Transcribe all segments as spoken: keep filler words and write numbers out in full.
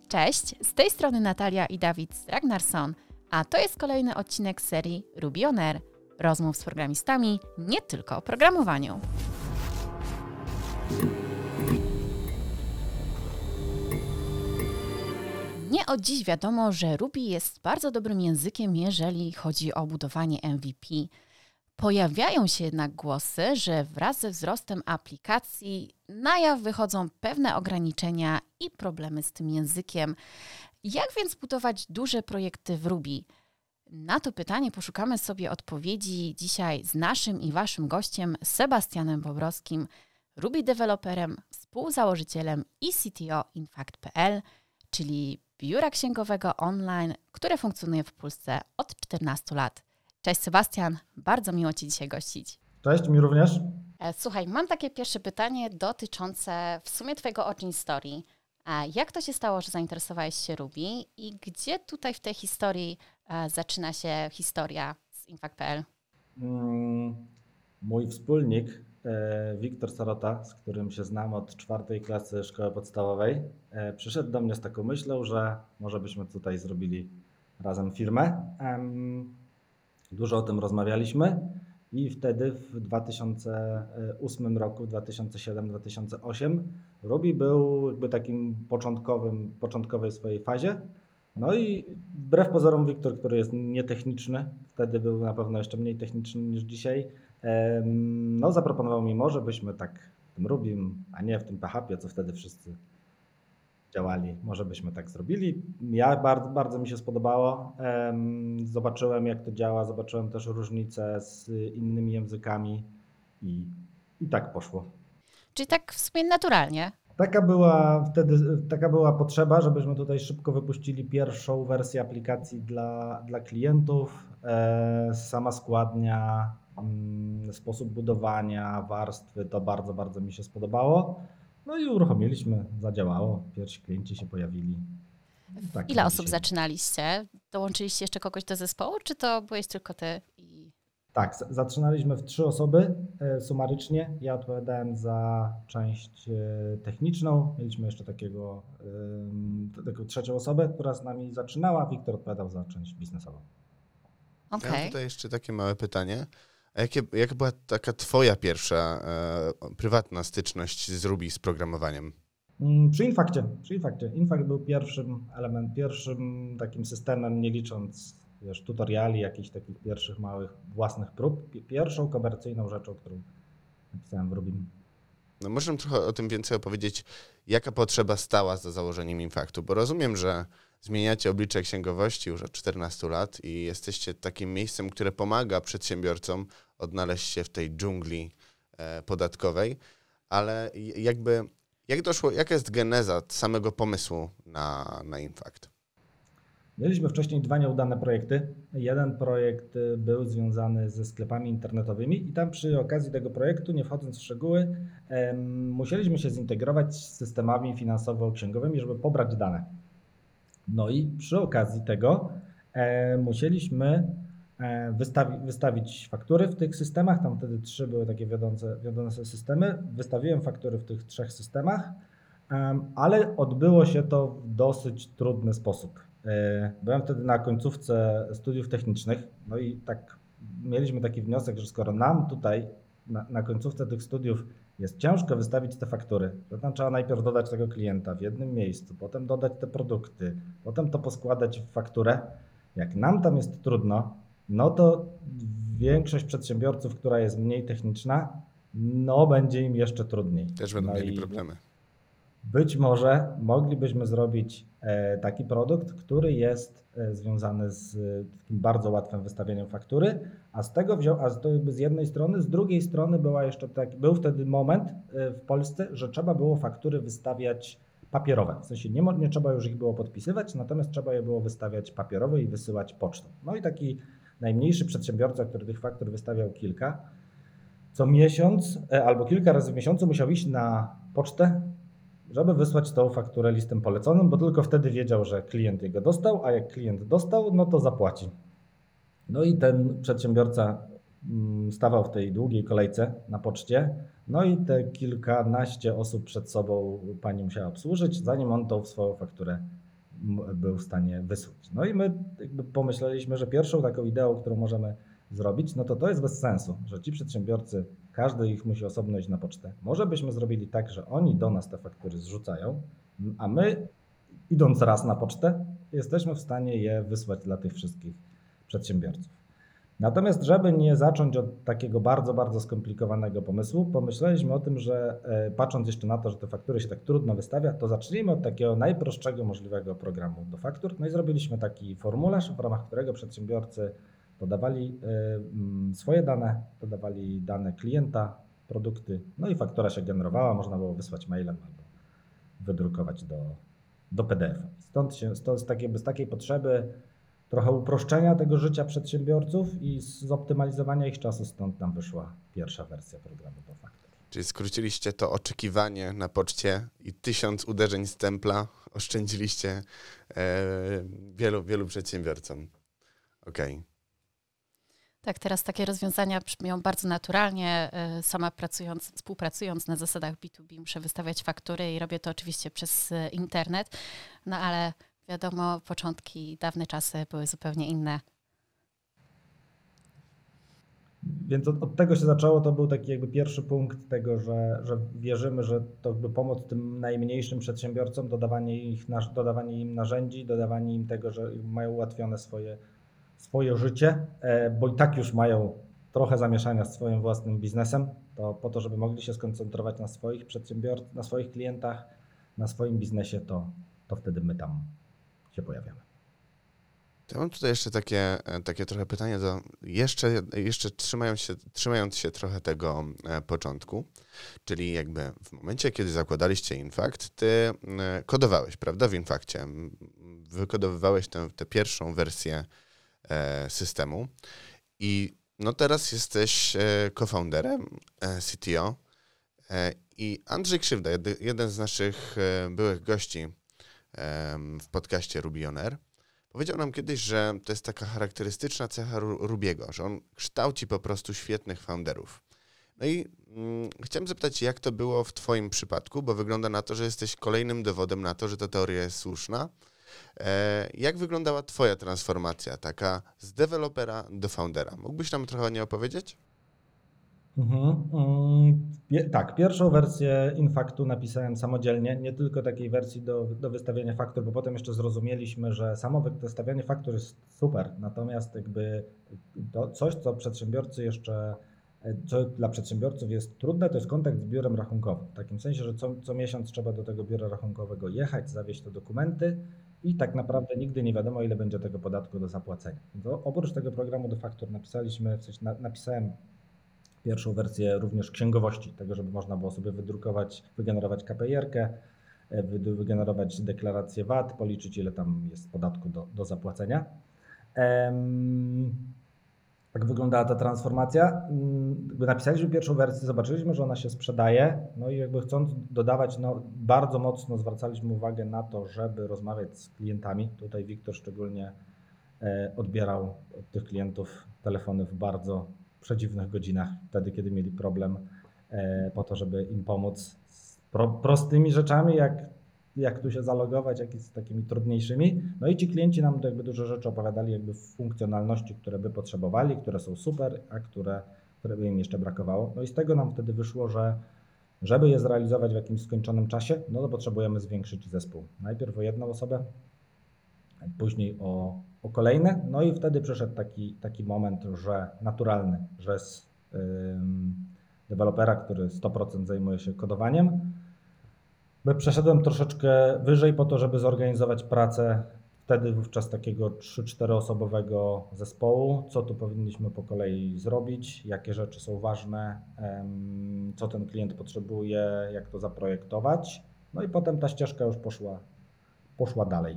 Cześć, z tej strony Natalia i Dawid Ragnarsson, a to jest kolejny odcinek serii Ruby on Air, rozmów z programistami nie tylko o programowaniu. Nie od dziś wiadomo, że Ruby jest bardzo dobrym językiem, jeżeli chodzi o budowanie M V P. Pojawiają się jednak głosy, że wraz ze wzrostem aplikacji na jaw wychodzą pewne ograniczenia i problemy z tym językiem. Jak więc budować duże projekty w Ruby? Na to pytanie poszukamy sobie odpowiedzi dzisiaj z naszym i waszym gościem Sebastianem Bobrowskim, Ruby deweloperem, współzałożycielem i C T O Infact kropka p l, czyli biura księgowego online, które funkcjonuje w Polsce od czternastu lat. Cześć Sebastian, bardzo miło Cię dzisiaj gościć. Cześć, mi również. Słuchaj, mam takie pierwsze pytanie dotyczące w sumie Twojego origin story. Jak to się stało, że zainteresowałeś się Ruby i gdzie tutaj w tej historii zaczyna się historia z Infact kropka p l? Mm, mój wspólnik, e, Wiktor Sarota, z którym się znam od czwartej klasy szkoły podstawowej, e, przyszedł do mnie z taką myślą, że może byśmy tutaj zrobili razem firmę. Em, Dużo o tym rozmawialiśmy i wtedy w dwa tysiące ósmym roku, dwa tysiące siódmym dwa tysiące ósmym Ruby był jakby takim początkowym, początkowej swojej fazie. No i wbrew pozorom Wiktor, który jest nietechniczny, wtedy był na pewno jeszcze mniej techniczny niż dzisiaj, em, no zaproponował mi, może byśmy tak w tym Rubim, a nie w tym P H P, co wtedy wszyscy działali. Może byśmy tak zrobili. Ja bardzo, bardzo mi się spodobało. Zobaczyłem, jak to działa, zobaczyłem też różnice z innymi językami i, i tak poszło. Czyli tak w sumie naturalnie. Taka była wtedy taka była potrzeba, żebyśmy tutaj szybko wypuścili pierwszą wersję aplikacji dla, dla klientów. Sama składnia, sposób budowania, warstwy, to bardzo, bardzo mi się spodobało. No i uruchomiliśmy, zadziałało, pierwsi klienci się pojawili. Tak, Ile osób dzisiaj. zaczynaliście? Dołączyliście jeszcze kogoś do zespołu, czy to byłeś tylko ty? I... Tak, z- zaczynaliśmy w trzy osoby e, sumarycznie. Ja odpowiadałem za część e, techniczną. Mieliśmy jeszcze takiego, e, taką trzecią osobę, która z nami zaczynała. Wiktor odpowiadał za część biznesową. Okej. Ja mam tutaj jeszcze takie małe pytanie. A jakie, jaka była taka twoja pierwsza e, prywatna styczność z Ruby, z programowaniem? Mm, Przy Infakcie, przy Infakcie. Infact był pierwszym element, pierwszym takim systemem, nie licząc wiesz, tutoriali, jakichś takich pierwszych małych własnych prób. Pi- Pierwszą komercyjną rzeczą, którą napisałem w Rubim. No możemy trochę o tym więcej opowiedzieć, jaka potrzeba stała za założeniem Infactu, bo rozumiem, że zmieniacie oblicze księgowości już od czternastu lat i jesteście takim miejscem, które pomaga przedsiębiorcom odnaleźć się w tej dżungli e, podatkowej, ale jakby jak doszło, jaka jest geneza samego pomysłu na, na Infact? Mieliśmy wcześniej dwa nieudane projekty. Jeden projekt y, był związany ze sklepami internetowymi i tam przy okazji tego projektu, nie wchodząc w szczegóły, em, musieliśmy się zintegrować z systemami finansowo-księgowymi, żeby pobrać dane. No i przy okazji tego e, musieliśmy e, wystawi, wystawić faktury w tych systemach. Tam wtedy trzy były takie wiodące, wiodące systemy. Wystawiłem faktury w tych trzech systemach, em, ale odbyło się to w dosyć trudny sposób. E, Byłem wtedy na końcówce studiów technicznych, no i tak mieliśmy taki wniosek, że skoro nam tutaj na, na końcówce tych studiów jest ciężko wystawić te faktury, to tam trzeba najpierw dodać tego klienta w jednym miejscu, potem dodać te produkty, potem to poskładać w fakturę. Jak nam tam jest trudno, no to większość przedsiębiorców, która jest mniej techniczna, no będzie im jeszcze trudniej. Też będą No mieli i problemy. Być może moglibyśmy zrobić e, taki produkt, który jest e, związany z e, takim bardzo łatwym wystawieniem faktury, a z tego wziął, a to jakby z jednej strony, z drugiej strony była jeszcze taki, był wtedy moment e, w Polsce, że trzeba było faktury wystawiać papierowe. W sensie nie, mo- nie trzeba już ich było podpisywać, natomiast trzeba je było wystawiać papierowo i wysyłać pocztą. No i taki najmniejszy przedsiębiorca, który tych faktur wystawiał kilka, co miesiąc e, albo kilka razy w miesiącu musiał iść na pocztę, żeby wysłać tą fakturę listem poleconym, bo tylko wtedy wiedział, że klient jego dostał, a jak klient dostał, no to zapłaci. No i ten przedsiębiorca mm, stawał w tej długiej kolejce na poczcie, no i te kilkanaście osób przed sobą pani musiała obsłużyć, zanim on tą swoją fakturę był w stanie wysłać. No i my jakby pomyśleliśmy, że pierwszą taką ideą, którą możemy zrobić, no to to jest bez sensu, że ci przedsiębiorcy, każdy ich musi osobno iść na pocztę. Może byśmy zrobili tak, że oni do nas te faktury zrzucają, a my idąc raz na pocztę, jesteśmy w stanie je wysłać dla tych wszystkich przedsiębiorców. Natomiast żeby nie zacząć od takiego bardzo, bardzo skomplikowanego pomysłu, pomyśleliśmy o tym, że patrząc jeszcze na to, że te faktury się tak trudno wystawia, to zacznijmy od takiego najprostszego możliwego programu do faktur. No i zrobiliśmy taki formularz, w ramach którego przedsiębiorcy podawali swoje dane, podawali dane klienta, produkty, no i faktura się generowała, można było wysłać mailem albo wydrukować do, do P D F-a. Stąd się, stąd z takiej, z takiej potrzeby trochę uproszczenia tego życia przedsiębiorców i zoptymalizowania ich czasu, stąd nam wyszła pierwsza wersja programu do faktur. Czyli skróciliście to oczekiwanie na poczcie i tysiąc uderzeń stempla oszczędziliście e, wielu, wielu przedsiębiorcom. Okej. Okay. Tak, teraz takie rozwiązania brzmią bardzo naturalnie. Sama pracując, współpracując na zasadach B dwa B muszę wystawiać faktury i robię to oczywiście przez internet, no ale wiadomo, początki, dawne czasy były zupełnie inne. Więc od, od tego się zaczęło, to był taki jakby pierwszy punkt tego, że, że wierzymy, że to jakby pomoc tym najmniejszym przedsiębiorcom, dodawanie, ich, dodawanie im narzędzi, dodawanie im tego, że mają ułatwione swoje, swoje życie, bo i tak już mają trochę zamieszania z swoim własnym biznesem, to po to, żeby mogli się skoncentrować na swoich przedsiębiorcach, na swoich klientach, na swoim biznesie, to, to wtedy my tam się pojawiamy. To ja mam tutaj jeszcze takie, takie trochę pytanie, do, jeszcze, jeszcze trzymając, się, trzymając się trochę tego początku, czyli jakby w momencie, kiedy zakładaliście Infact, ty kodowałeś, prawda, w Infakcie, wykodowywałeś tę, tę pierwszą wersję systemu i no teraz jesteś co-founderem, C T O i Andrzej Krzywda, jeden z naszych byłych gości w podcaście Ruby on Air, powiedział nam kiedyś, że to jest taka charakterystyczna cecha Rubiego, że on kształci po prostu świetnych founderów. No i mm, chciałem zapytać, jak to było w twoim przypadku, bo wygląda na to, że jesteś kolejnym dowodem na to, że ta teoria jest słuszna. E, jak wyglądała twoja transformacja, taka z dewelopera do foundera? Mógłbyś nam trochę o niej opowiedzieć? Mhm. Mm, tak, pierwszą wersję Infaktu napisałem samodzielnie, nie tylko takiej wersji do, do wystawiania faktur, bo potem jeszcze zrozumieliśmy, że samo wystawianie faktur jest super, natomiast jakby to coś, co przedsiębiorcy jeszcze, co dla przedsiębiorców jest trudne, to jest kontakt z biurem rachunkowym. W takim sensie, że co, co miesiąc trzeba do tego biura rachunkowego jechać, zawieźć te dokumenty i tak naprawdę nigdy nie wiadomo, ile będzie tego podatku do zapłacenia. To oprócz tego programu do faktur napisaliśmy, w sensie na, napisałem pierwszą wersję również księgowości, tego, żeby można było sobie wydrukować, wygenerować K P I R-kę, wygenerować deklarację V A T, policzyć, ile tam jest podatku do, do zapłacenia. Ehm, tak wyglądała ta transformacja. Gdy napisaliśmy pierwszą wersję, zobaczyliśmy, że ona się sprzedaje, no i jakby chcąc dodawać, no bardzo mocno zwracaliśmy uwagę na to, żeby rozmawiać z klientami. Tutaj Wiktor szczególnie e, odbierał od tych klientów telefony w bardzo przedziwnych godzinach, wtedy, kiedy mieli problem, e, po to, żeby im pomóc z pro, prostymi rzeczami, jak, jak tu się zalogować, jak i z takimi trudniejszymi. No i ci klienci nam jakby dużo rzeczy opowiadali, jakby funkcjonalności, które by potrzebowali, które są super, a które, które by im jeszcze brakowało. No i z tego nam wtedy wyszło, że żeby je zrealizować w jakimś skończonym czasie, no to potrzebujemy zwiększyć zespół. Najpierw o jedną osobę, później o, o kolejne, no i wtedy przyszedł taki, taki moment, że naturalny, że z ym, dewelopera, który sto procent zajmuje się kodowaniem, by przeszedłem troszeczkę wyżej po to, żeby zorganizować pracę wtedy wówczas takiego trzy cztery osobowego zespołu, co tu powinniśmy po kolei zrobić, jakie rzeczy są ważne, ym, co ten klient potrzebuje, jak to zaprojektować, no i potem ta ścieżka już poszła, poszła dalej.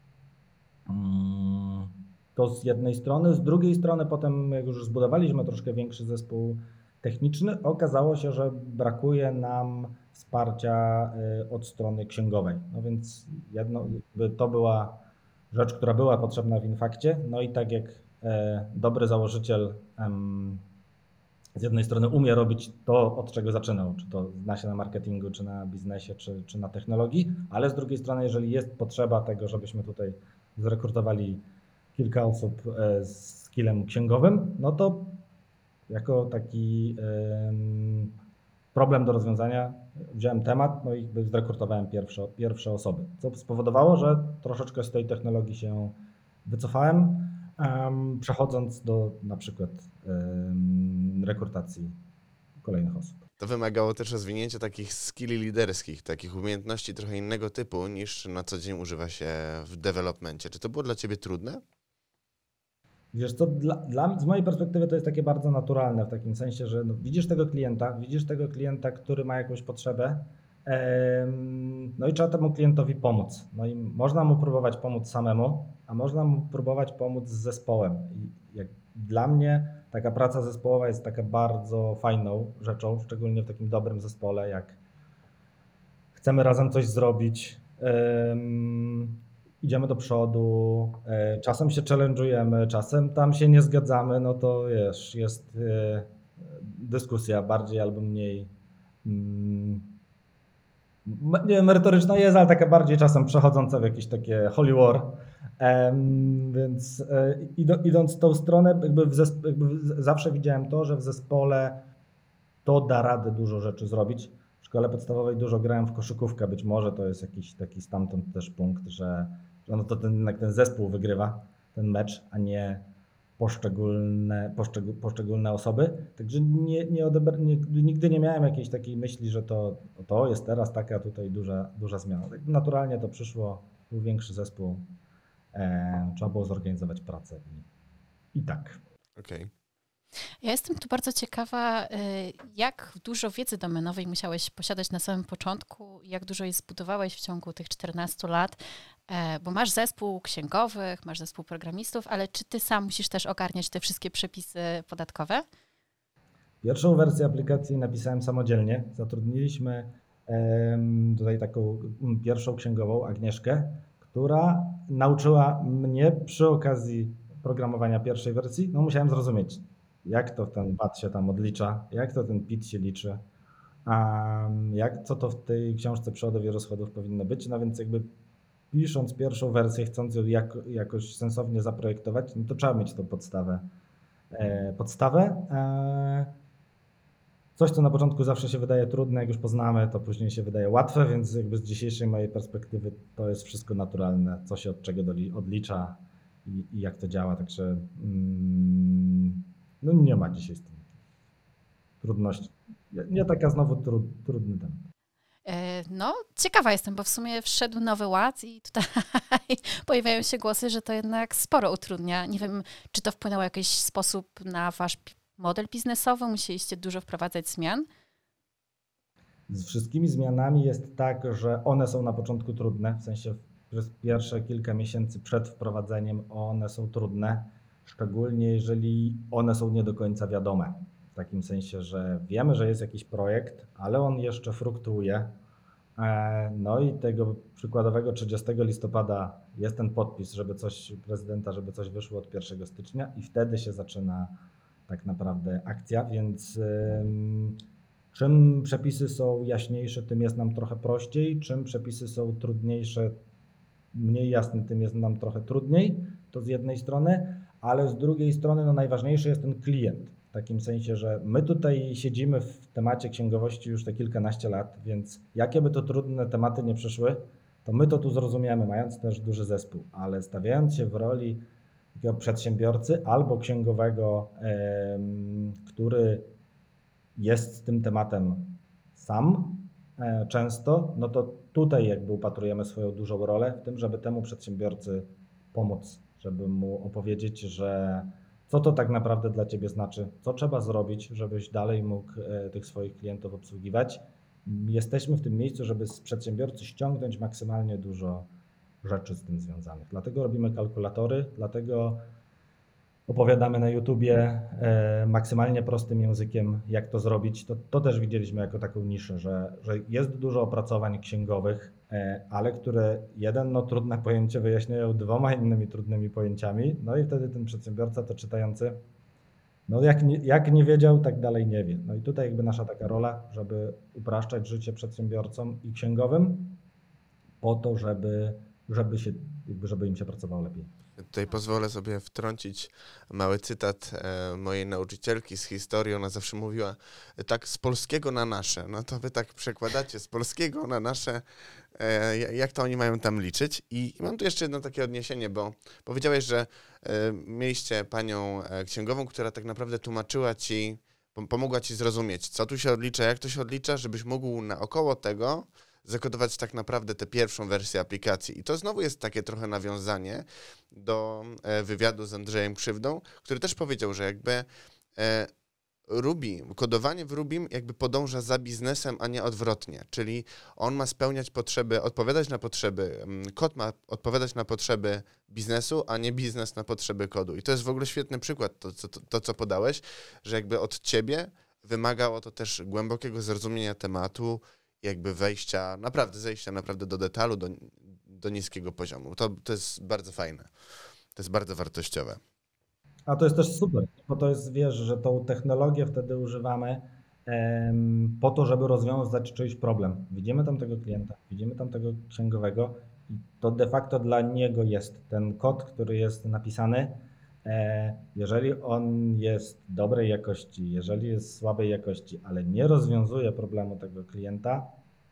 To z jednej strony, z drugiej strony potem jak już zbudowaliśmy troszkę większy zespół techniczny, okazało się, że brakuje nam wsparcia od strony księgowej. No więc jedno, to była rzecz, która była potrzebna w Infakcie, no i tak jak dobry założyciel z jednej strony umie robić to, od czego zaczynał, czy to zna się na marketingu, czy na biznesie, czy, czy na technologii, ale z drugiej strony, jeżeli jest potrzeba tego, żebyśmy tutaj zrekrutowali kilka osób z skillem księgowym, no to jako taki um, problem do rozwiązania wziąłem temat, no i zrekrutowałem pierwsze, pierwsze osoby, co spowodowało, że troszeczkę z tej technologii się wycofałem, um, przechodząc do na przykład um, rekrutacji kolejnych osób. To wymagało też rozwinięcia takich skilli liderskich, takich umiejętności trochę innego typu niż na co dzień używa się w developmencie. Czy to było dla ciebie trudne? Wiesz co, dla, dla, z mojej perspektywy to jest takie bardzo naturalne w takim sensie, że no, widzisz tego klienta, widzisz tego klienta, który ma jakąś potrzebę, em, no i trzeba temu klientowi pomóc. No i można mu próbować pomóc samemu, a można mu próbować pomóc z zespołem. I jak dla mnie taka praca zespołowa jest taka bardzo fajną rzeczą, szczególnie w takim dobrym zespole, jak chcemy razem coś zrobić, em, idziemy do przodu, czasem się challenge'ujemy, czasem tam się nie zgadzamy, no to wiesz, jest dyskusja bardziej albo mniej, nie wiem, merytoryczna jest, ale taka bardziej czasem przechodząca w jakieś takie holy war, więc idąc w tą stronę, jakby, w zesp- jakby zawsze widziałem to, że w zespole to da radę dużo rzeczy zrobić. W szkole podstawowej dużo grałem w koszykówkę, być może to jest jakiś taki stamtąd też punkt, że, że no to ten, ten zespół wygrywa ten mecz, a nie poszczególne, poszczegól, poszczególne osoby. Także nie, nie odeber, nie, nigdy nie miałem jakiejś takiej myśli, że to, to jest teraz taka tutaj duża, duża zmiana. Tak naturalnie to przyszło, był większy zespół, e, trzeba było zorganizować pracę i, i tak. Okej. Okay. Ja jestem tu bardzo ciekawa, jak dużo wiedzy domenowej musiałeś posiadać na samym początku, jak dużo jej zbudowałeś w ciągu tych czternastu lat, bo masz zespół księgowych, masz zespół programistów, ale czy ty sam musisz też ogarniać te wszystkie przepisy podatkowe? Pierwszą wersję aplikacji napisałem samodzielnie. Zatrudniliśmy tutaj taką pierwszą księgową, Agnieszkę, która nauczyła mnie przy okazji programowania pierwszej wersji, no musiałem zrozumieć, jak to ten V A T się tam odlicza, jak to ten P I T się liczy, um, jak, co to w tej książce przychodów i rozchodów powinno być. No więc jakby pisząc pierwszą wersję, chcąc ją jako, jakoś sensownie zaprojektować, no to trzeba mieć tą podstawę. E, podstawę. E, coś, co na początku zawsze się wydaje trudne, jak już poznamy, to później się wydaje łatwe, więc jakby z dzisiejszej mojej perspektywy to jest wszystko naturalne, co się od czego doli, odlicza i, i jak to działa, także mm, no nie ma dzisiaj z tym trudności. Nie taka znowu tru, trudny temat. No, ciekawa jestem, bo w sumie wszedł nowy ład i tutaj pojawiają się głosy, że to jednak sporo utrudnia. Nie wiem, czy to wpłynęło w jakiś sposób na wasz model biznesowy? Musieliście dużo wprowadzać zmian? Z wszystkimi zmianami jest tak, że one są na początku trudne, w sensie przez pierwsze kilka miesięcy przed wprowadzeniem one są trudne, szczególnie jeżeli one są nie do końca wiadome. W takim sensie, że wiemy, że jest jakiś projekt, ale on jeszcze fluktuuje. No i tego przykładowego trzydziestego listopada jest ten podpis, żeby coś prezydenta, żeby coś wyszło od pierwszego stycznia i wtedy się zaczyna tak naprawdę akcja, więc um, czym przepisy są jaśniejsze, tym jest nam trochę prościej, czym przepisy są trudniejsze, mniej jasne, tym jest nam trochę trudniej, to z jednej strony, ale z drugiej strony no najważniejszy jest ten klient. W takim sensie, że my tutaj siedzimy w temacie księgowości już te kilkanaście lat, więc jakie by to trudne tematy nie przyszły, to my to tu zrozumiemy, mając też duży zespół, ale stawiając się w roli takiego przedsiębiorcy albo księgowego, który jest z tym tematem sam często, no to tutaj jakby upatrujemy swoją dużą rolę w tym, żeby temu przedsiębiorcy pomóc, żeby mu opowiedzieć, że co to tak naprawdę dla ciebie znaczy, co trzeba zrobić, żebyś dalej mógł tych swoich klientów obsługiwać. Jesteśmy w tym miejscu, żeby z przedsiębiorcy ściągnąć maksymalnie dużo rzeczy z tym związanych. Dlatego robimy kalkulatory, dlatego opowiadamy na YouTubie e, maksymalnie prostym językiem, jak to zrobić. To, to też widzieliśmy jako taką niszę, że, że jest dużo opracowań księgowych, e, ale które jeden no, trudne pojęcie wyjaśniają dwoma innymi trudnymi pojęciami. No i wtedy ten przedsiębiorca to czytający No jak nie, jak nie wiedział, tak dalej nie wie. No i tutaj jakby nasza taka rola, żeby upraszczać życie przedsiębiorcom i księgowym po to, żeby, żeby, się, jakby żeby im się pracowało lepiej. Tutaj pozwolę sobie wtrącić mały cytat e, mojej nauczycielki z historii. Ona zawsze mówiła tak z polskiego na nasze. No to wy tak przekładacie z polskiego na nasze, e, jak to oni mają tam liczyć. I mam tu jeszcze jedno takie odniesienie, bo powiedziałeś, że e, mieliście panią e, księgową, która tak naprawdę tłumaczyła ci, pom- pomogła ci zrozumieć, co tu się odlicza, jak to się odlicza, żebyś mógł naokoło tego zakodować tak naprawdę tę pierwszą wersję aplikacji. I to znowu jest takie trochę nawiązanie do e, wywiadu z Andrzejem Krzywdą, który też powiedział, że jakby e, Ruby, kodowanie w Rubim jakby podąża za biznesem, a nie odwrotnie. Czyli on ma spełniać potrzeby, odpowiadać na potrzeby, mm, kod ma odpowiadać na potrzeby biznesu, a nie biznes na potrzeby kodu. I to jest w ogóle świetny przykład, to, to, to co podałeś, że jakby od ciebie wymagało to też głębokiego zrozumienia tematu, jakby wejścia, naprawdę zejścia naprawdę do detalu, do, do niskiego poziomu. To, to jest bardzo fajne. To jest bardzo wartościowe. A to jest też super, bo to jest, wiesz, że tą technologię wtedy używamy em, po to, żeby rozwiązać czyjś problem. Widzimy tam tego klienta, widzimy tam tego księgowego i to de facto dla niego jest ten kod, który jest napisany. E, jeżeli on jest dobrej jakości, jeżeli jest słabej jakości, ale nie rozwiązuje problemu tego klienta,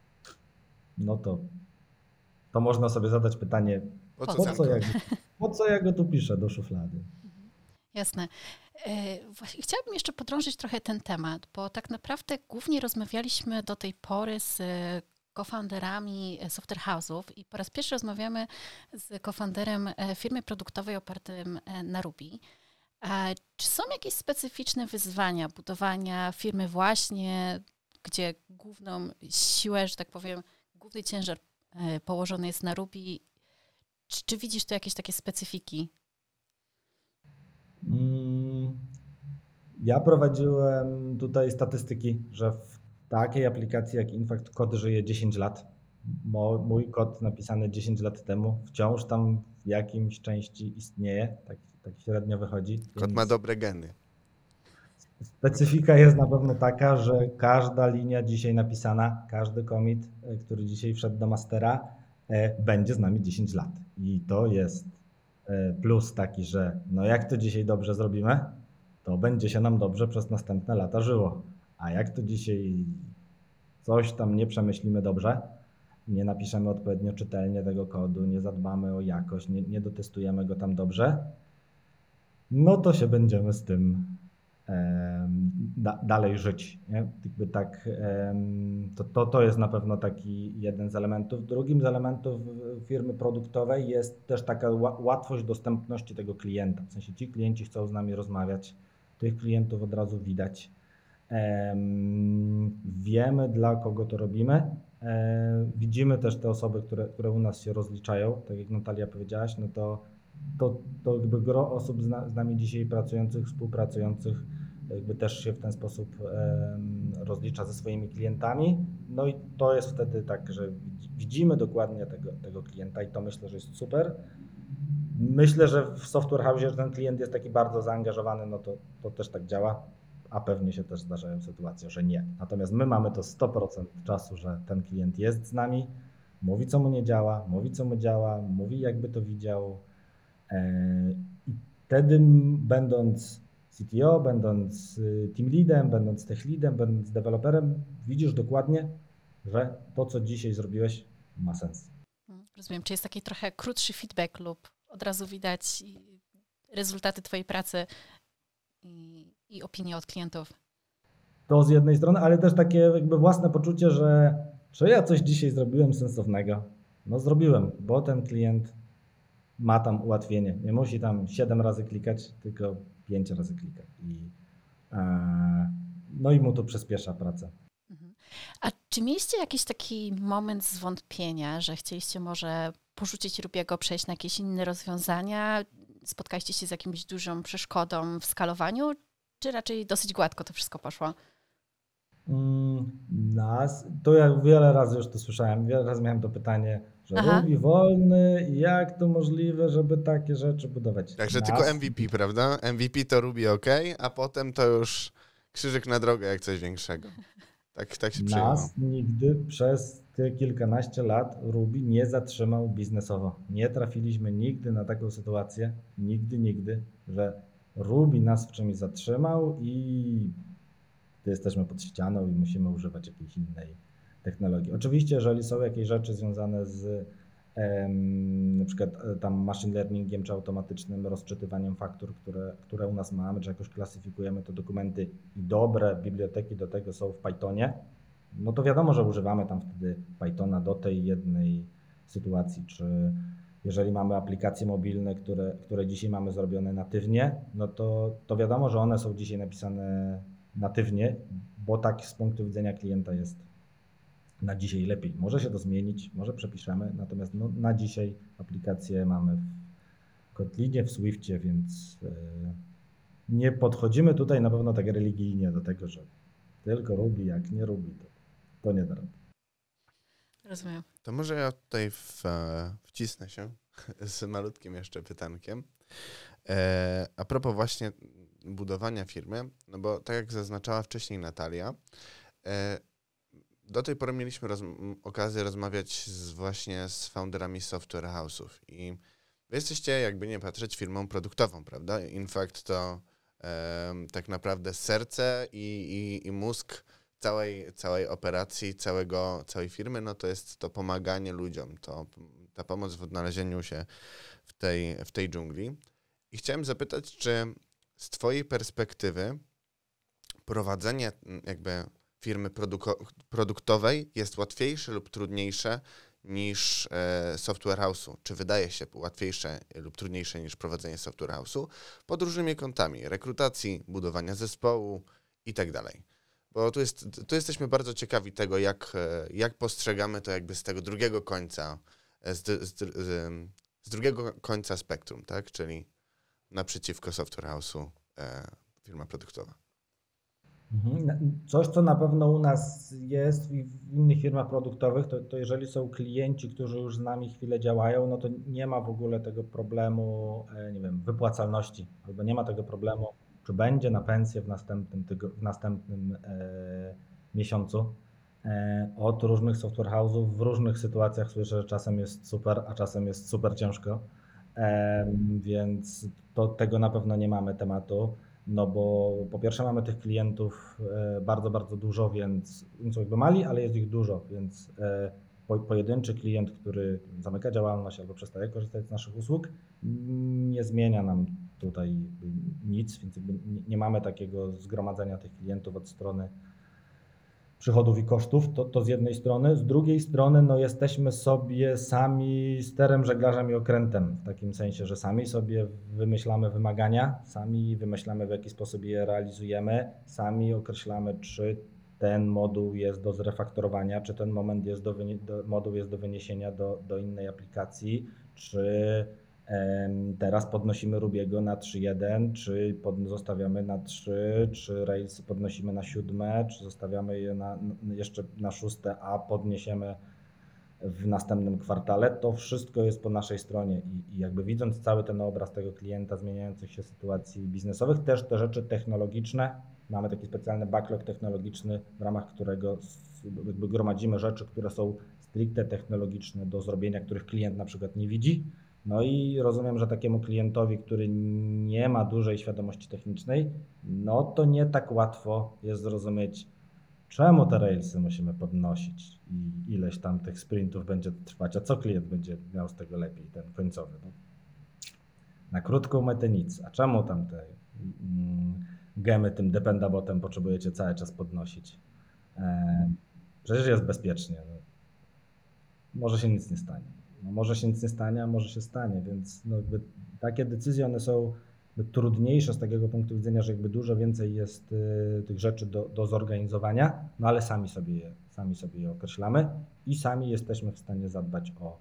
no to, to można sobie zadać pytanie, Po Po co po ten co, kod? ja, po co ja go tu piszę do szuflady? Jasne. E, właśnie chciałabym jeszcze podrążyć trochę ten temat, bo tak naprawdę głównie rozmawialiśmy do tej pory z e, cofounderami e, software house'ów i po raz pierwszy rozmawiamy z cofounderem e, firmy produktowej opartym e, na Ruby. A czy są jakieś specyficzne wyzwania budowania firmy właśnie, gdzie główną siłę, że tak powiem, główny ciężar e, położony jest na Ruby? Czy, czy widzisz tu jakieś takie specyfiki? Mm, Ja prowadziłem tutaj statystyki, że w takiej aplikacji jak Infact kod żyje dziesięć lat. Mo, mój kod napisany dziesięć lat temu wciąż tam w jakimś części istnieje, tak, tak średnio wychodzi. Kod ma dobre geny. Specyfika jest na pewno taka, że każda linia dzisiaj napisana, każdy commit, e, który dzisiaj wszedł do mastera, e, będzie z nami dziesięć lat. I to jest e, plus taki, że no jak to dzisiaj dobrze zrobimy, to będzie się nam dobrze przez następne lata żyło. A jak to dzisiaj coś tam nie przemyślimy dobrze, nie napiszemy odpowiednio czytelnie tego kodu, nie zadbamy o jakość, nie, nie dotestujemy go tam dobrze, no to się będziemy z tym em, da, dalej żyć. Nie? Jakby tak, em, to, to, to jest na pewno taki jeden z elementów. Drugim z elementów firmy produktowej jest też taka ła- łatwość dostępności tego klienta. W sensie ci klienci chcą z nami rozmawiać, tych klientów od razu widać. Em, Wiemy, dla kogo to robimy. E, Widzimy też te osoby, które, które u nas się rozliczają. Tak jak Natalia powiedziałaś, no to, to, to jakby gro osób z, na, z nami dzisiaj pracujących, współpracujących jakby też się w ten sposób em, rozlicza ze swoimi klientami. No i to jest wtedy tak, że widzi- widzimy dokładnie tego, tego klienta i to myślę, że jest super. Myślę, że w Software House, że ten klient jest taki bardzo zaangażowany, no to, to też tak działa, a pewnie się też zdarzają sytuacje, że nie. Natomiast my mamy to sto procent czasu, że ten klient jest z nami, mówi, co mu nie działa, mówi, co mu działa, mówi, jakby to widział. E, I wtedy, m, będąc C T O, będąc y, team leadem, będąc tech leadem, będąc deweloperem, widzisz dokładnie, że to, co dzisiaj zrobiłeś, ma sens. Mm, Rozumiem, czy jest taki trochę krótszy feedback lub od razu widać i- rezultaty Twojej pracy i, i opinie od klientów. To z jednej strony, ale też takie jakby własne poczucie, że czy ja coś dzisiaj zrobiłem sensownego? No zrobiłem, bo ten klient ma tam ułatwienie. Nie musi tam siedem razy klikać, tylko pięć razy klika. I, e, no i mu to przyspiesza pracę. Mhm. A czy mieliście jakiś taki moment zwątpienia, że chcieliście może porzucić Rubiego, przejść na jakieś inne rozwiązania? Spotkaliście się z jakimś dużą przeszkodą w skalowaniu, czy raczej dosyć gładko to wszystko poszło? Mm, Nas, to ja wiele razy już to słyszałem, wiele razy miałem to pytanie, że Aha. Ruby wolny, jak to możliwe, żeby takie rzeczy budować. Także Nas- tylko M V P, prawda? M V P to Ruby OK, a potem to już krzyżyk na drogę jak coś większego. Tak, tak się przyjęło. Nas nigdy przez te kilkanaście lat Ruby nie zatrzymał biznesowo. Nie trafiliśmy nigdy na taką sytuację, nigdy, nigdy, że Ruby nas w czymś zatrzymał i jesteśmy pod ścianą i musimy używać jakiejś innej technologii. Oczywiście, jeżeli są jakieś rzeczy związane z em, na przykład e, tam machine learningiem czy automatycznym rozczytywaniem faktur, które, które u nas mamy, czy jakoś klasyfikujemy to dokumenty i dobre biblioteki do tego są w Pythonie, no to wiadomo, że używamy tam wtedy Pythona do tej jednej sytuacji, czy jeżeli mamy aplikacje mobilne, które, które dzisiaj mamy zrobione natywnie, no to, to wiadomo, że one są dzisiaj napisane natywnie, bo tak z punktu widzenia klienta jest na dzisiaj lepiej. Może się to zmienić, może przepiszemy, natomiast no, na dzisiaj aplikacje mamy w Kotlinie, w Swiftie, więc yy, nie podchodzimy tutaj na pewno tak religijnie do tego, że tylko Ruby, jak nie Ruby, to, to nie da rady. Rozumiem. To może ja tutaj w, e, wcisnę się z malutkim jeszcze pytankiem. E, a propos właśnie budowania firmy, no bo tak jak zaznaczała wcześniej Natalia, e, do tej pory mieliśmy roz, okazję rozmawiać z, właśnie z founderami software house'ów i wy jesteście, jakby nie patrzeć, firmą produktową, prawda? Infact to e, tak naprawdę serce i, i, i mózg całej, całej operacji, całego, całej firmy, no to jest to pomaganie ludziom, to ta pomoc w odnalezieniu się w tej, w tej dżungli. I chciałem zapytać, czy z twojej perspektywy prowadzenie jakby firmy produko- produktowej jest łatwiejsze lub trudniejsze niż e, software house'u? Czy wydaje się łatwiejsze lub trudniejsze niż prowadzenie software house'u pod różnymi kątami rekrutacji, budowania zespołu i tak dalej? Bo tu, jest, tu jesteśmy bardzo ciekawi tego, jak, jak postrzegamy to jakby z tego drugiego końca, z, z, z, z drugiego końca spektrum, tak? Czyli naprzeciwko software house'u e, firma produktowa. Coś, co na pewno u nas jest i w innych firmach produktowych, to, to jeżeli są klienci, którzy już z nami chwilę działają, no to nie ma w ogóle tego problemu, nie wiem, wypłacalności, albo nie ma tego problemu, czy będzie na pensję w następnym, tygo, w następnym e, miesiącu. E, od różnych software house'ów w różnych sytuacjach słyszę, że czasem jest super, a czasem jest super ciężko, e, więc to, tego na pewno nie mamy tematu. No bo po pierwsze mamy tych klientów bardzo, bardzo dużo, więc są jakby mali, ale jest ich dużo, więc po, pojedynczy klient, który zamyka działalność albo przestaje korzystać z naszych usług, nie zmienia nam tutaj nic, więc jakby nie, nie mamy takiego zgromadzenia tych klientów od strony przychodów i kosztów, to, to z jednej strony. Z drugiej strony no jesteśmy sobie sami sterem, żeglarzem i okrętem, w takim sensie, że sami sobie wymyślamy wymagania, sami wymyślamy, w jaki sposób je realizujemy, sami określamy, czy ten moduł jest do zrefaktorowania, czy ten moment jest do, do, moduł jest do wyniesienia do, do innej aplikacji, czy teraz podnosimy Rubiego na trzy jeden, czy pod, zostawiamy na trzy, czy Rails podnosimy na siódme, czy zostawiamy je na, jeszcze na szóste, a podniesiemy w następnym kwartale. To wszystko jest po naszej stronie i, i jakby widząc cały ten obraz tego klienta, zmieniających się sytuacji biznesowych, też te rzeczy technologiczne, mamy taki specjalny backlog technologiczny, w ramach którego jakby gromadzimy rzeczy, które są stricte technologiczne do zrobienia, których klient na przykład nie widzi. No i rozumiem, że takiemu klientowi, który nie ma dużej świadomości technicznej, no to nie tak łatwo jest zrozumieć, czemu te Railsy musimy podnosić i ileś tam tych sprintów będzie trwać, a co klient będzie miał z tego lepiej, ten końcowy. No. Na krótką metę nic, a czemu tam te mm, gemy tym dependabotem potrzebujecie cały czas podnosić? E, przecież jest bezpiecznie. No. Może się nic nie stanie. No może się nic nie stanie, a może się stanie, więc no jakby takie decyzje, one są trudniejsze z takiego punktu widzenia, że jakby dużo więcej jest y, tych rzeczy do, do zorganizowania, no ale sami sobie, je, sami sobie je określamy i sami jesteśmy w stanie zadbać o,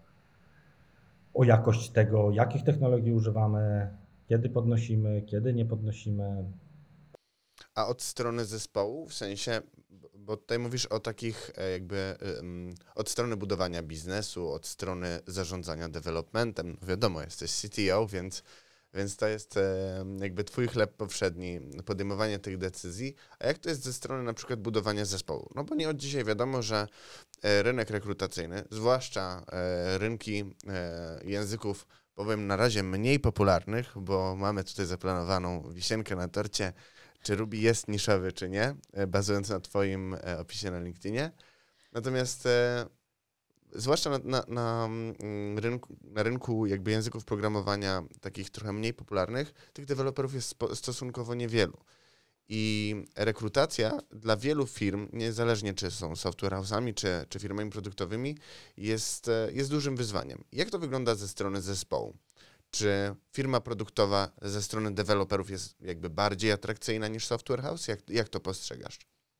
o jakość tego, jakich technologii używamy, kiedy podnosimy, kiedy nie podnosimy. A od strony zespołu, w sensie, bo tutaj mówisz o takich e, jakby um, od strony budowania biznesu, od strony zarządzania developmentem. No wiadomo, jesteś C T O, więc, więc to jest e, jakby twój chleb powszedni, podejmowanie tych decyzji. A jak to jest ze strony na przykład budowania zespołu? No bo nie od dzisiaj wiadomo, że e, rynek rekrutacyjny, zwłaszcza e, rynki e, języków, powiem na razie mniej popularnych, bo mamy tutaj zaplanowaną wisienkę na torcie, czy Ruby jest niszowy, czy nie, bazując na twoim opisie na LinkedInie. Natomiast e, zwłaszcza na, na, na, rynku, na rynku jakby języków programowania takich trochę mniej popularnych, tych deweloperów jest spo, stosunkowo niewielu. I rekrutacja dla wielu firm, niezależnie czy są software house'ami, czy, czy firmami produktowymi, jest, jest dużym wyzwaniem. Jak to wygląda ze strony zespołu? Czy firma produktowa ze strony deweloperów jest jakby bardziej atrakcyjna niż software house? Jak, jak to postrzegasz?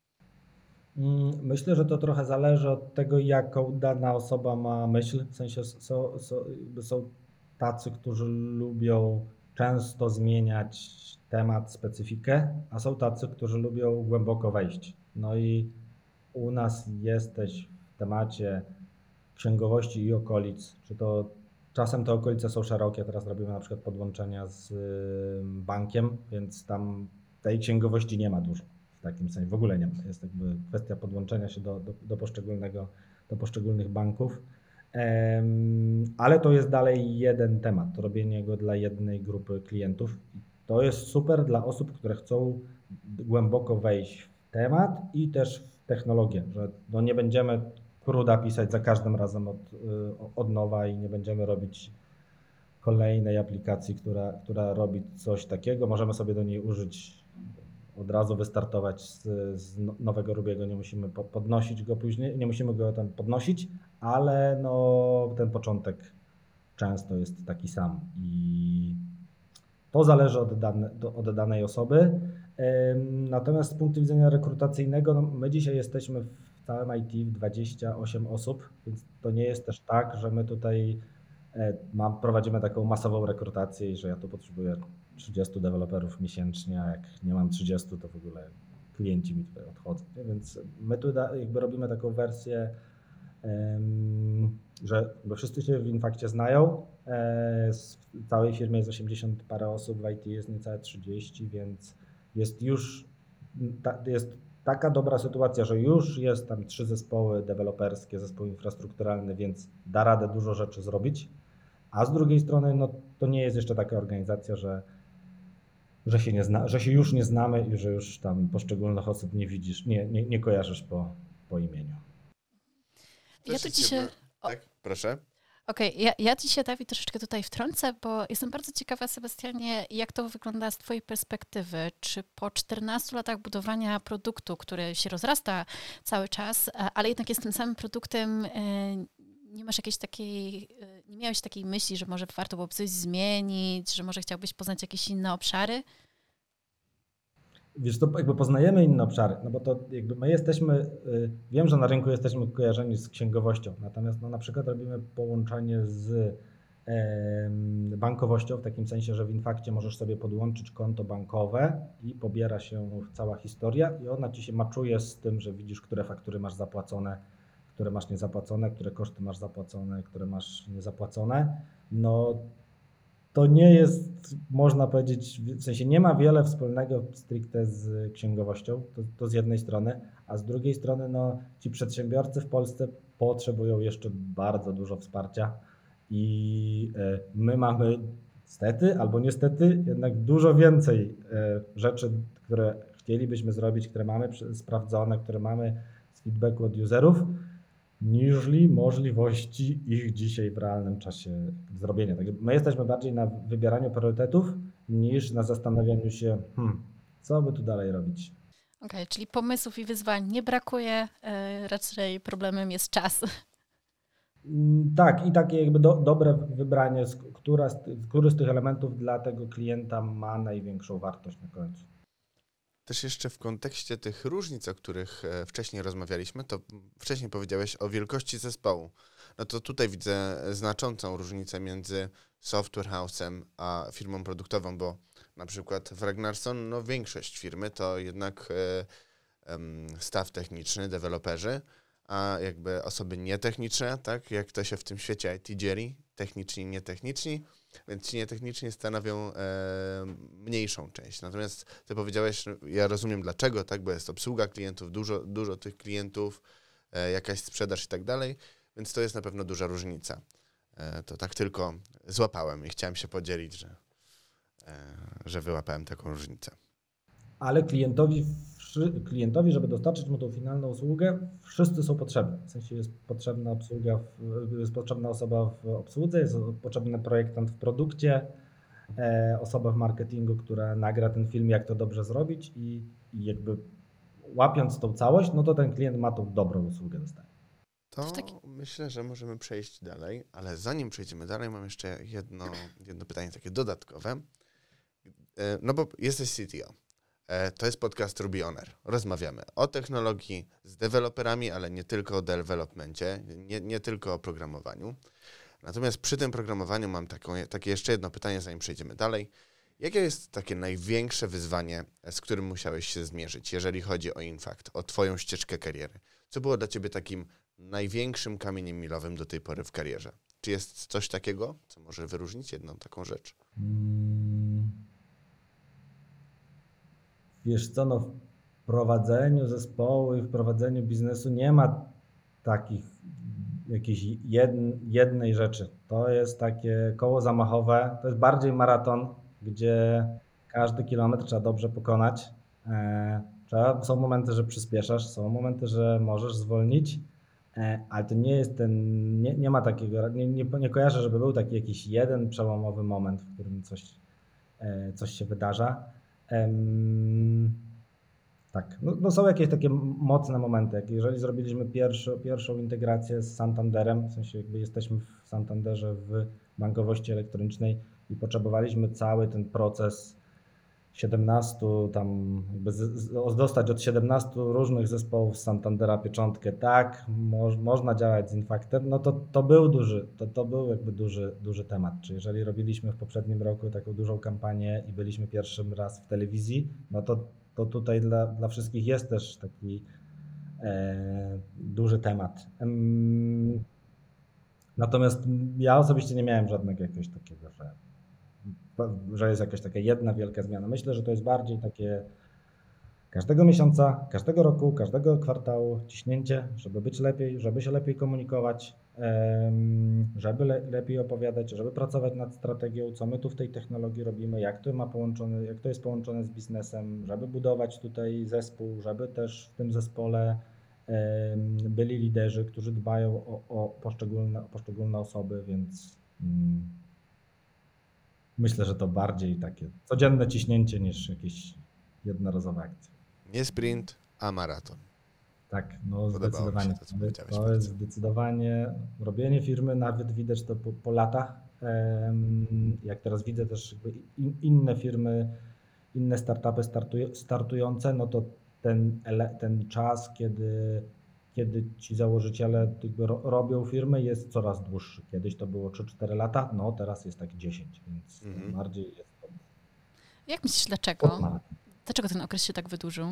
Myślę, że to trochę zależy od tego, jaką dana osoba ma myśl. W sensie są, są, są tacy, którzy lubią często zmieniać temat, specyfikę, a są tacy, którzy lubią głęboko wejść. No i u nas jesteś w temacie księgowości i okolic, czy to czasem te okolice są szerokie, teraz robimy na przykład podłączenia z bankiem, więc tam tej księgowości nie ma dużo. W takim sensie w ogóle nie ma. Jest jakby kwestia podłączenia się do, do, do, poszczególnego, do poszczególnych banków. Um, ale to jest dalej jeden temat, to robienie go dla jednej grupy klientów. To jest super dla osób, które chcą głęboko wejść w temat i też w technologię, że no nie będziemy CRUD'a pisać za każdym razem od, od nowa i nie będziemy robić kolejnej aplikacji, która, która robi coś takiego. Możemy sobie do niej użyć, od razu wystartować z, z nowego Rubiego, nie musimy podnosić go później, nie musimy go tam podnosić, ale no ten początek często jest taki sam i to zależy od, dane, od danej osoby. Natomiast z punktu widzenia rekrutacyjnego, no my dzisiaj jesteśmy w całym I T w dwadzieścia osiem osób, więc to nie jest też tak, że my tutaj mam, prowadzimy taką masową rekrutację i że ja tu potrzebuję trzydziestu deweloperów miesięcznie, a jak nie mam trzydziestu, to w ogóle klienci mi tutaj odchodzą. Nie? Więc my tu jakby robimy taką wersję, um, że bo wszyscy się w Infakcie znają, e, w całej firmie jest osiemdziesiąt parę osób, w I T jest niecałe trzydzieści, więc jest już ta, jest taka dobra sytuacja, że już jest tam trzy zespoły deweloperskie, zespół infrastrukturalny, więc da radę dużo rzeczy zrobić, a z drugiej strony no, to nie jest jeszcze taka organizacja, że Że się, nie zna, że się już nie znamy i że już tam poszczególnych osób nie widzisz, nie, nie, nie kojarzysz po, po imieniu. Ja tu ci się... Tak, proszę. Okej, okay, ja, ja ci się, Dawid, troszeczkę tutaj wtrącę, bo jestem bardzo ciekawa, Sebastianie, jak to wygląda z twojej perspektywy. Czy po czternastu latach budowania produktu, który się rozrasta cały czas, ale jednak jest tym samym produktem, nie masz jakiejś takiej, nie miałeś takiej myśli, że może warto byłoby coś zmienić, że może chciałbyś poznać jakieś inne obszary? Wiesz, to jakby poznajemy inne obszary, no bo to jakby my jesteśmy, wiem, że na rynku jesteśmy kojarzeni z księgowością, natomiast no na przykład robimy połączenie z bankowością, w takim sensie, że w Infakcie możesz sobie podłączyć konto bankowe i pobiera się cała historia i ona ci się maczuje z tym, że widzisz, które faktury masz zapłacone, które masz niezapłacone, które koszty masz zapłacone, które masz niezapłacone. No to nie jest, można powiedzieć, w sensie nie ma wiele wspólnego stricte z księgowością, to, to z jednej strony, a z drugiej strony no, ci przedsiębiorcy w Polsce potrzebują jeszcze bardzo dużo wsparcia i my mamy stety albo niestety jednak dużo więcej rzeczy, które chcielibyśmy zrobić, które mamy sprawdzone, które mamy z feedbacku od userów, niżli możliwości ich dzisiaj w realnym czasie zrobienia. Także my jesteśmy bardziej na wybieraniu priorytetów niż na zastanawianiu się, hmm, co by tu dalej robić. Okej, okay, czyli pomysłów i wyzwań nie brakuje, yy, raczej problemem jest czas. Tak, i takie jakby do, dobre wybranie, która z, który z tych elementów dla tego klienta ma największą wartość na końcu. Też jeszcze w kontekście tych różnic, o których wcześniej rozmawialiśmy, to wcześniej powiedziałeś o wielkości zespołu. No to tutaj widzę znaczącą różnicę między software house'em a firmą produktową, bo na przykład w Ragnarsson, no większość firmy to jednak um, staw techniczny, deweloperzy, a jakby osoby nietechniczne, tak, jak to się w tym świecie I T dzieli, techniczni, nietechniczni, więc ci nietechniczni stanowią e, mniejszą część. Natomiast ty powiedziałeś, ja rozumiem dlaczego, tak, bo jest obsługa klientów, dużo, dużo tych klientów, e, jakaś sprzedaż i tak dalej, więc to jest na pewno duża różnica. E, to tak tylko złapałem i chciałem się podzielić, że, e, że wyłapałem taką różnicę. Ale klientowi, klientowi, żeby dostarczyć mu tą finalną usługę, wszyscy są potrzebni. W sensie jest potrzebna obsługa, w, jest potrzebna osoba w obsłudze, jest potrzebny projektant w produkcie, e, osoba w marketingu, która nagra ten film, jak to dobrze zrobić i, i jakby łapiąc tą całość, no to ten klient ma tą dobrą usługę dostanie. To taki... myślę, że możemy przejść dalej, ale zanim przejdziemy dalej, mam jeszcze jedno, jedno pytanie takie dodatkowe. E, no bo jesteś C T O. To jest podcast Ruby On Air. Rozmawiamy o technologii z deweloperami, ale nie tylko o developmencie, nie, nie tylko o programowaniu. Natomiast przy tym programowaniu mam taką, takie jeszcze jedno pytanie, zanim przejdziemy dalej. Jakie jest takie największe wyzwanie, z którym musiałeś się zmierzyć, jeżeli chodzi o Infact, o twoją ścieżkę kariery? Co było dla ciebie takim największym kamieniem milowym do tej pory w karierze? Czy jest coś takiego, co może wyróżnić jedną taką rzecz? Hmm. Wiesz co, no w prowadzeniu zespołu i w prowadzeniu biznesu nie ma takich jakiejś jedn, jednej rzeczy. To jest takie koło zamachowe, to jest bardziej maraton, gdzie każdy kilometr trzeba dobrze pokonać. E, trzeba, są momenty, że przyspieszasz, są momenty, że możesz zwolnić, e, ale to nie jest ten, nie, nie ma takiego, nie, nie, nie kojarzę, żeby był taki jakiś jeden przełomowy moment, w którym coś, e, coś się wydarza. Um, tak, no, no są jakieś takie mocne momenty, jak jeżeli zrobiliśmy pierwszy, pierwszą integrację z Santanderem, w sensie jakby jesteśmy w Santanderze w bankowości elektronicznej i potrzebowaliśmy cały ten proces siedemnastu tam jakby z, z, dostać od siedemnastu różnych zespołów z Santandera pieczątkę, tak, mo, można działać z Infactem, no to, to był duży, to, to był jakby duży, duży temat. Czy jeżeli robiliśmy w poprzednim roku taką dużą kampanię i byliśmy pierwszym raz w telewizji, no to, to tutaj dla, dla wszystkich jest też taki e, duży temat. Ehm, natomiast ja osobiście nie miałem żadnego jakiegoś takiego, że że jest jakaś taka jedna wielka zmiana. Myślę, że to jest bardziej takie każdego miesiąca, każdego roku, każdego kwartału ciśnięcie, żeby być lepiej, żeby się lepiej komunikować, żeby le, lepiej opowiadać, żeby pracować nad strategią, co my tu w tej technologii robimy, jak to ma połączone, jak to jest połączone z biznesem, żeby budować tutaj zespół, żeby też w tym zespole byli liderzy, którzy dbają o, o poszczególne, o poszczególne osoby, więc myślę, że to bardziej takie codzienne ciśnięcie niż jakieś jednorazowe akcje. Nie sprint, a maraton. Tak, no Podobało zdecydowanie. To, co to jest zdecydowanie robienie firmy, nawet widać to po, po latach. Jak teraz widzę też jakby in, inne firmy, inne startupy startuj, startujące, no to ten, ten czas, kiedy kiedy ci założyciele jakby robią firmy, jest coraz dłuższy. Kiedyś to było trzy cztery lata, no teraz jest tak dziesięć, więc mm-hmm. bardziej jest to... Jak myślisz, dlaczego? Dlaczego ten okres się tak wydłużył?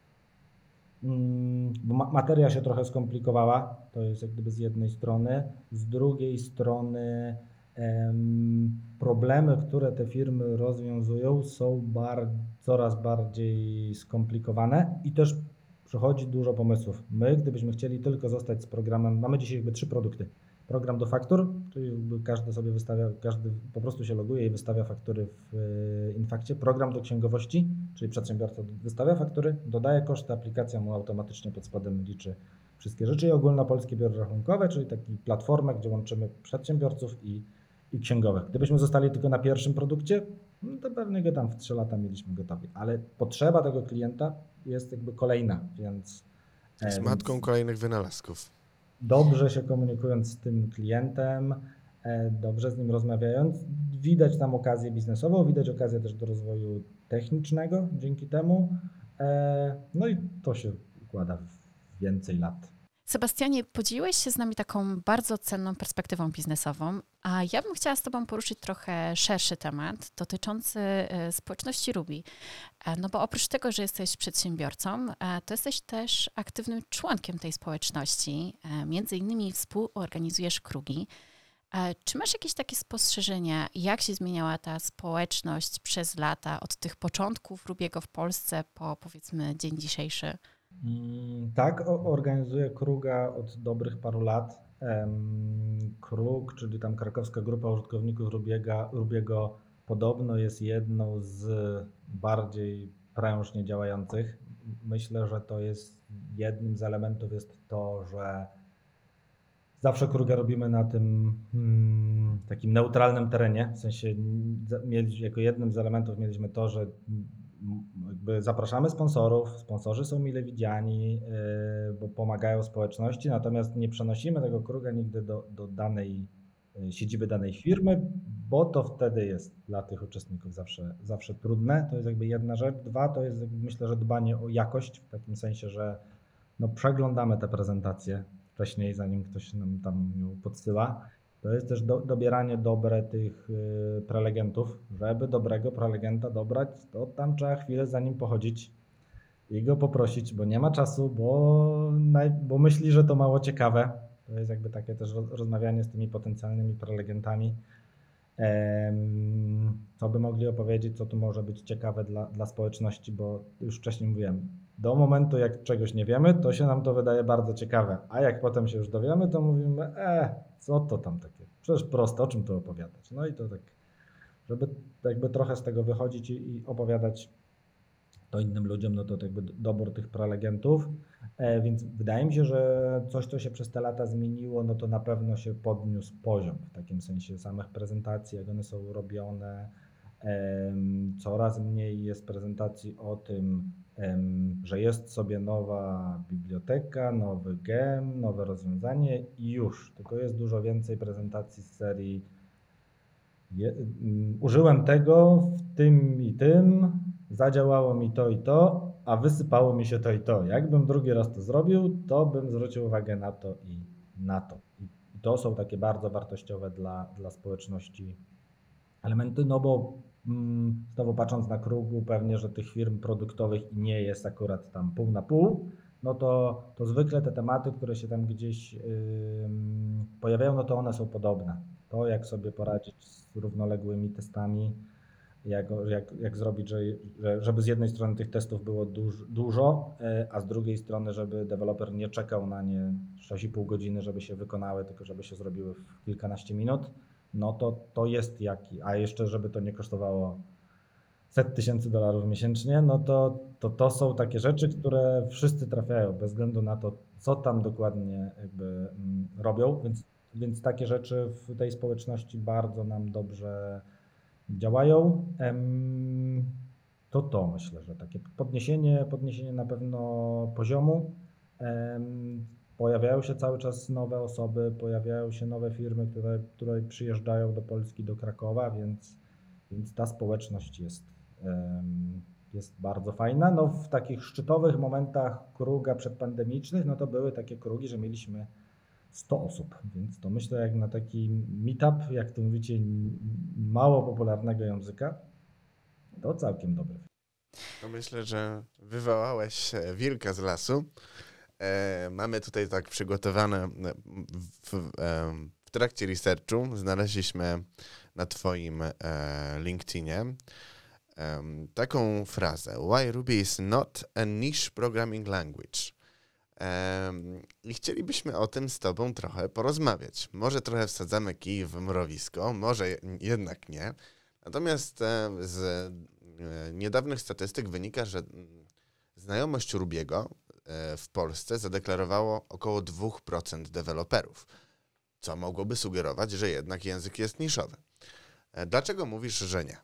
Hmm, bo ma- materia się trochę skomplikowała, to jest jak gdyby z jednej strony. Z drugiej strony em, problemy, które te firmy rozwiązują, są bar- coraz bardziej skomplikowane i też przychodzi dużo pomysłów. My, gdybyśmy chcieli tylko zostać z programem, mamy dzisiaj jakby trzy produkty. Program do faktur, czyli każdy sobie wystawia, każdy po prostu się loguje i wystawia faktury w Infactie. Program do księgowości, czyli przedsiębiorca wystawia faktury, dodaje koszty, aplikacja mu automatycznie pod spodem liczy wszystkie rzeczy i ogólnopolskie biuro rachunkowe, czyli taki platformę, gdzie łączymy przedsiębiorców i, i księgowych. Gdybyśmy zostali tylko na pierwszym produkcie, no to pewnie go tam w trzy lata mieliśmy gotowy, ale potrzeba tego klienta jest jakby kolejna, więc... Z matką więc kolejnych wynalazków. Dobrze się komunikując z tym klientem, dobrze z nim rozmawiając, widać tam okazję biznesową, widać okazję też do rozwoju technicznego dzięki temu, no i to się układa w więcej lat. Sebastianie, podzieliłeś się z nami taką bardzo cenną perspektywą biznesową, a ja bym chciała z Tobą poruszyć trochę szerszy temat dotyczący e, społeczności Ruby. E, No bo oprócz tego, że jesteś przedsiębiorcą, e, to jesteś też aktywnym członkiem tej społeczności. E, Między innymi współorganizujesz krugi. E, Czy masz jakieś takie spostrzeżenia, jak się zmieniała ta społeczność przez lata, od tych początków Rubiego w Polsce po powiedzmy dzień dzisiejszy? Mm, Tak, o- organizuję Kruga od dobrych paru lat. Em, Krug, czyli tam krakowska grupa użytkowników Rubiega, Rubiego, podobno jest jedną z bardziej prężnie działających. Myślę, że to jest jednym z elementów jest to, że zawsze Kruga robimy na tym mm, takim neutralnym terenie. W sensie mm, za- mieli, jako jednym z elementów mieliśmy to, że mm, jakby zapraszamy sponsorów, sponsorzy są mile widziani, yy, bo pomagają społeczności, natomiast nie przenosimy tego Kruga nigdy do, do danej yy, siedziby danej firmy, bo to wtedy jest dla tych uczestników zawsze, zawsze trudne. To jest jakby jedna rzecz. Dwa, to jest jakby myślę, że dbanie o jakość w takim sensie, że no przeglądamy te prezentacje wcześniej, zanim ktoś nam tam ją podsyła. To jest też do, dobieranie dobre tych y, prelegentów. Żeby dobrego prelegenta dobrać, to tam trzeba chwilę za nim pochodzić i go poprosić, bo nie ma czasu, bo, naj, bo myśli, że to mało ciekawe. To jest jakby takie też roz, rozmawianie z tymi potencjalnymi prelegentami. Em, Co by mogli opowiedzieć, co tu może być ciekawe dla, dla społeczności, bo już wcześniej mówiłem, do momentu jak czegoś nie wiemy, to się nam to wydaje bardzo ciekawe, a jak potem się już dowiemy, to mówimy, e, co to tam takie, przecież prosto, o czym tu opowiadać. No i to tak, żeby jakby trochę z tego wychodzić i, i opowiadać to innym ludziom, no to jakby dobór tych prelegentów. E, Więc wydaje mi się, że coś, co się przez te lata zmieniło, no to na pewno się podniósł poziom w takim sensie samych prezentacji, jak one są robione. Em, Coraz mniej jest prezentacji o tym, em, że jest sobie nowa biblioteka, nowy gem, nowe rozwiązanie i już. Tylko jest dużo więcej prezentacji z serii je, mm, użyłem tego w tym i tym, zadziałało mi to i to, a wysypało mi się to i to. Jakbym drugi raz to zrobił, to bym zwrócił uwagę na to i na to. I i to są takie bardzo wartościowe dla, dla społeczności elementy, no bo mm, znowu patrząc na krugu, pewnie, że tych firm produktowych nie jest akurat tam pół na pół, no to, to zwykle te tematy, które się tam gdzieś ym, pojawiają, no to one są podobne. To jak sobie poradzić z równoległymi testami, jak, jak, jak zrobić, że, że, żeby z jednej strony tych testów było duż, dużo, y, a z drugiej strony, żeby deweloper nie czekał na nie sześć i pół godziny, żeby się wykonały, tylko żeby się zrobiły w kilkanaście minut, no to to jest jaki, a jeszcze żeby to nie kosztowało set tysięcy dolarów miesięcznie, no to, to to są takie rzeczy, które wszyscy trafiają bez względu na to, co tam dokładnie jakby mm, robią, więc, więc takie rzeczy w tej społeczności bardzo nam dobrze działają. Em, To to myślę, że takie podniesienie, podniesienie na pewno poziomu. Em, Pojawiają się cały czas nowe osoby, pojawiają się nowe firmy, które, które przyjeżdżają do Polski, do Krakowa, więc, więc ta społeczność jest, em, jest bardzo fajna. No, w takich szczytowych momentach kruga przedpandemicznych, no to były takie krugi, że mieliśmy sto osób, więc to myślę jak na taki meetup, jak to mówicie, m- mało popularnego języka, to całkiem dobry. No myślę, że wywołałeś e, wilka z lasu. E, mamy tutaj tak przygotowane e, w, e, w trakcie researchu. Znaleźliśmy na Twoim e, LinkedInie e, taką frazę: Why Ruby is not a niche programming language. E, I chcielibyśmy o tym z Tobą trochę porozmawiać. Może trochę wsadzamy kij w mrowisko, może jednak nie. Natomiast e, z e, niedawnych statystyk wynika, że mm, znajomość Rubiego e, w Polsce zadeklarowało około dwa procent deweloperów, co mogłoby sugerować, że jednak język jest niszowy. E, Dlaczego mówisz, że nie?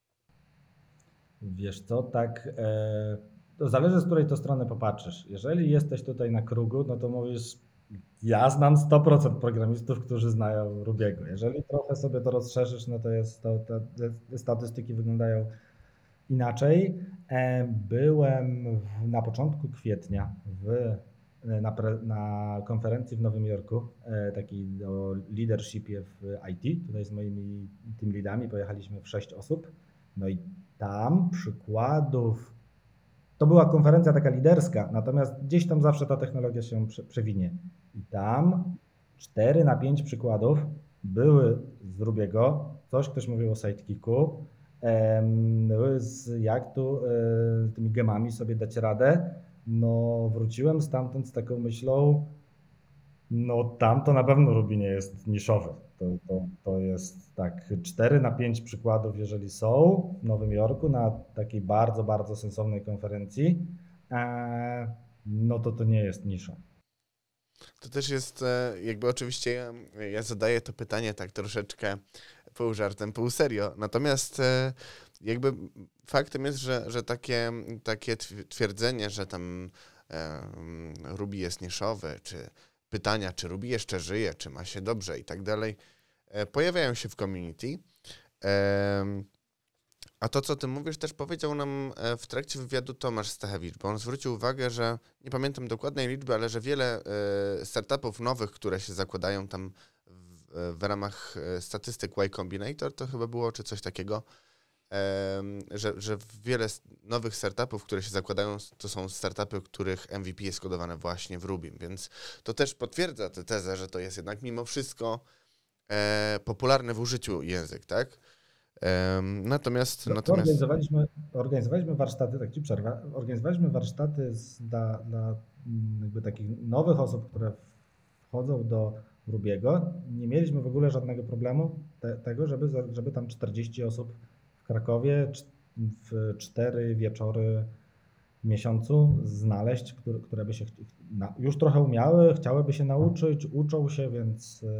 Wiesz co, tak, e, to zależy z której to strony popatrzysz. Jeżeli jesteś tutaj na krugu, no to mówisz, ja znam sto procent programistów, którzy znają Rubiego. Jeżeli trochę sobie to rozszerzysz, no to jest to, te, te statystyki wyglądają inaczej. E, Byłem w, na początku kwietnia w na, pre, na konferencji w Nowym Jorku, takiej o leadershipie w I T. Tutaj z moimi team leadami pojechaliśmy w sześć osób. No i tam przykładów, to była konferencja taka liderska, natomiast gdzieś tam zawsze ta technologia się prze, przewinie. I tam cztery na pięć przykładów były z Rubiego, coś ktoś mówił o sidekicku, były z jak tu z tymi gemami sobie dać radę. No wróciłem stamtąd z taką myślą, no tam to na pewno Ruby nie jest niszowy. To, to, to jest tak cztery na pięć przykładów, jeżeli są w Nowym Jorku na takiej bardzo, bardzo sensownej konferencji, no to to nie jest nisza. To też jest jakby oczywiście ja, ja zadaję to pytanie tak troszeczkę pół żartem, pół serio. Natomiast jakby faktem jest, że, że takie, takie twierdzenie, że tam um, Ruby jest niszowy, czy pytania, czy Ruby jeszcze żyje, czy ma się dobrze i tak dalej, pojawiają się w community. A to, co ty mówisz, też powiedział nam w trakcie wywiadu Tomasz Stachewicz, bo on zwrócił uwagę, że, nie pamiętam dokładnej liczby, ale że wiele startupów nowych, które się zakładają tam w, w ramach statystyk Y Combinator, to chyba było, czy coś takiego, że, że wiele nowych startupów, które się zakładają, to są startupy, których M V P jest kodowane właśnie w Ruby, więc to też potwierdza tę tezę, że to jest jednak mimo wszystko e, popularny w użyciu język, tak? E, natomiast... No, natomiast... Organizowaliśmy, organizowaliśmy warsztaty, tak ci przerwę, organizowaliśmy warsztaty z, dla, dla jakby takich nowych osób, które wchodzą do Rubiego. Nie mieliśmy w ogóle żadnego problemu te, tego, żeby, żeby tam czterdzieści osób w Krakowie w cztery wieczory w miesiącu znaleźć, które, które by się na, już trochę umiały, chciałyby się nauczyć, uczą się, więc yy,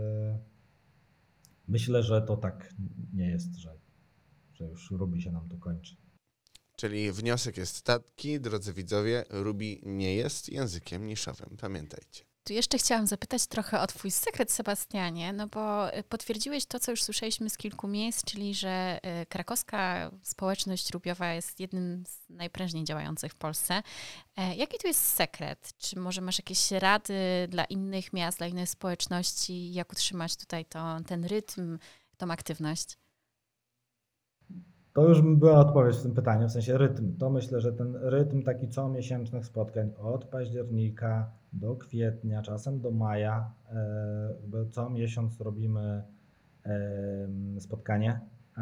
myślę, że to tak nie jest, że, że już Ruby się nam tu kończy. Czyli wniosek jest taki, drodzy widzowie, Ruby nie jest językiem niszowym, pamiętajcie. Tu jeszcze chciałam zapytać trochę o twój sekret, Sebastianie, no bo potwierdziłeś to, co już słyszeliśmy z kilku miejsc, czyli że krakowska społeczność rubiowa jest jednym z najprężniej działających w Polsce. Jaki tu jest sekret? Czy może masz jakieś rady dla innych miast, dla innych społeczności, jak utrzymać tutaj to, ten rytm, tą aktywność? To już była odpowiedź w tym pytaniu, w sensie rytm. To myślę, że ten rytm taki comiesięcznych spotkań od października do kwietnia, czasem do maja, co miesiąc robimy spotkanie.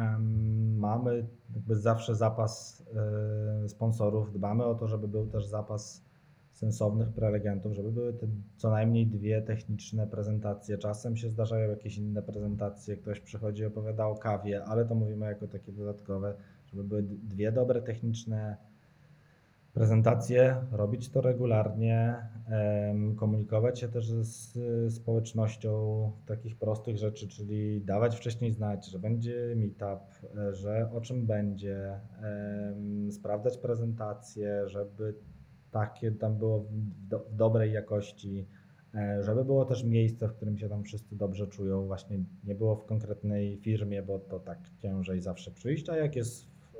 Mamy jakby zawsze zapas sponsorów, dbamy o to, żeby był też zapas sensownych prelegentów, żeby były te co najmniej dwie techniczne prezentacje. Czasem się zdarzają jakieś inne prezentacje, ktoś przychodzi i opowiada o kawie, ale to mówimy jako takie dodatkowe, żeby były dwie dobre techniczne prezentacje, robić to regularnie, komunikować się też z społecznością takich prostych rzeczy, czyli dawać wcześniej znać, że będzie meetup, że o czym będzie, sprawdzać prezentacje, żeby takie tam było w, do, w dobrej jakości, żeby było też miejsce, w którym się tam wszyscy dobrze czują, właśnie nie było w konkretnej firmie, bo to tak ciężej zawsze przyjść, a jak jest w,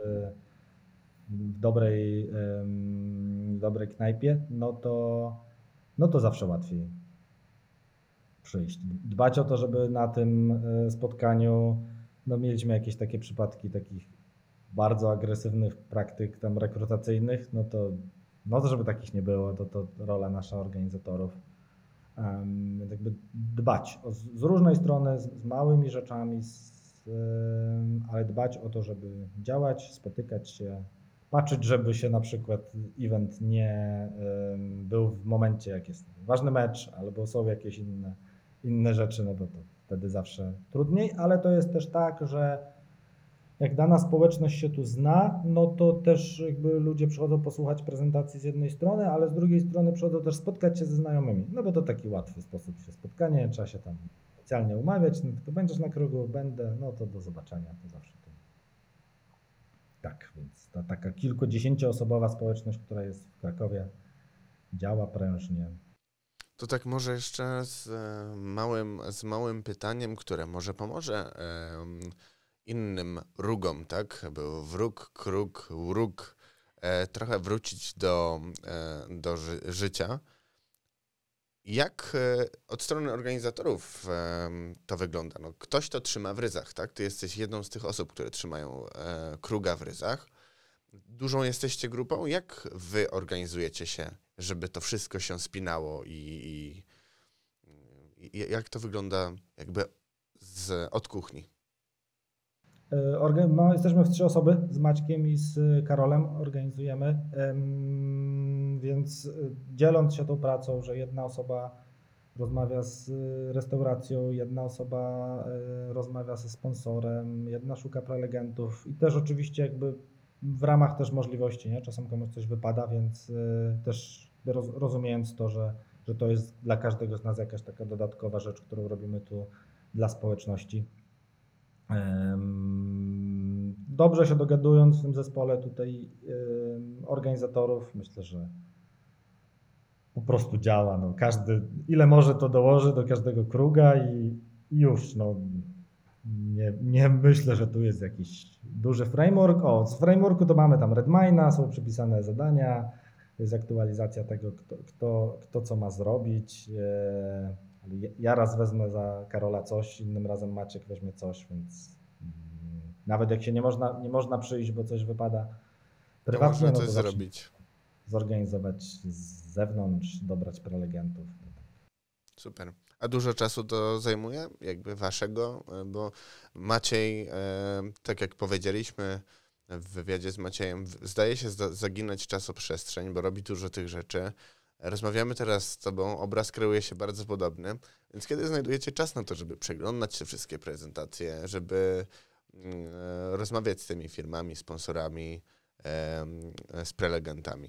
w dobrej, w dobrej knajpie, no to, no to zawsze łatwiej przyjść. Dbać o to, żeby na tym spotkaniu, no mieliśmy jakieś takie przypadki takich bardzo agresywnych praktyk tam rekrutacyjnych, no to No to żeby takich nie było, to, to rola nasza organizatorów. Um, jakby dbać o, z różnej strony, z, z małymi rzeczami, z, um, ale dbać o to, żeby działać, spotykać się, patrzeć, żeby się na przykład event nie um, był w momencie, jak jest ważny mecz, albo są jakieś inne, inne rzeczy, no bo to wtedy zawsze trudniej, ale to jest też tak, że jak dana społeczność się tu zna, no to też jakby ludzie przychodzą posłuchać prezentacji z jednej strony, ale z drugiej strony przychodzą też spotkać się ze znajomymi, no bo to taki łatwy sposób się spotkanie, trzeba się tam specjalnie umawiać, no tylko będziesz na krugu, będę, no to do zobaczenia, to zawsze to. Tak, więc ta taka kilkudziesięcioosobowa społeczność, która jest w Krakowie, działa prężnie. To tak może jeszcze z małym, z małym pytaniem, które może pomoże yy... innym rugom, tak? Był wróg, kruk, wróg, e, trochę wrócić do, e, do ży- życia. Jak e, od strony organizatorów e, to wygląda? No, ktoś to trzyma w ryzach, tak? Ty jesteś jedną z tych osób, które trzymają e, Kruga w ryzach. Dużą jesteście grupą. Jak wy organizujecie się, żeby to wszystko się spinało i, i, i jak to wygląda jakby z, od kuchni? Organ- no, jesteśmy w trzy osoby z Maćkiem i z Karolem, organizujemy, em, więc dzieląc się tą pracą, że jedna osoba rozmawia z restauracją, jedna osoba e, rozmawia ze sponsorem, jedna szuka prelegentów i też oczywiście jakby w ramach też możliwości, nie? Czasem komuś coś wypada, więc e, też roz, rozumiejąc to, że, że to jest dla każdego z nas jakaś taka dodatkowa rzecz, którą robimy tu dla społeczności. Dobrze się dogadując w tym zespole tutaj organizatorów, myślę, że po prostu działa. No, każdy ile może to dołoży do każdego kruga i już. No, nie, nie myślę, że tu jest jakiś duży framework. O, z frameworku to mamy tam Redmine'a, są przypisane zadania, jest aktualizacja tego, kto, kto, kto co ma zrobić. Ja raz wezmę za Karola coś, innym razem Maciek weźmie coś, więc nawet jak się nie można, nie można przyjść, bo coś wypada prywatnie, to no to coś zrobić. Zorganizować z zewnątrz, dobrać prelegentów. Super. A dużo czasu to zajmuje, jakby waszego, bo Maciej, tak jak powiedzieliśmy w wywiadzie z Maciejem, zdaje się zaginać czasoprzestrzeń, bo robi dużo tych rzeczy. Rozmawiamy teraz z tobą, obraz kreuje się bardzo podobny, więc kiedy znajdujecie czas na to, żeby przeglądać te wszystkie prezentacje, żeby rozmawiać z tymi firmami, sponsorami, z prelegentami?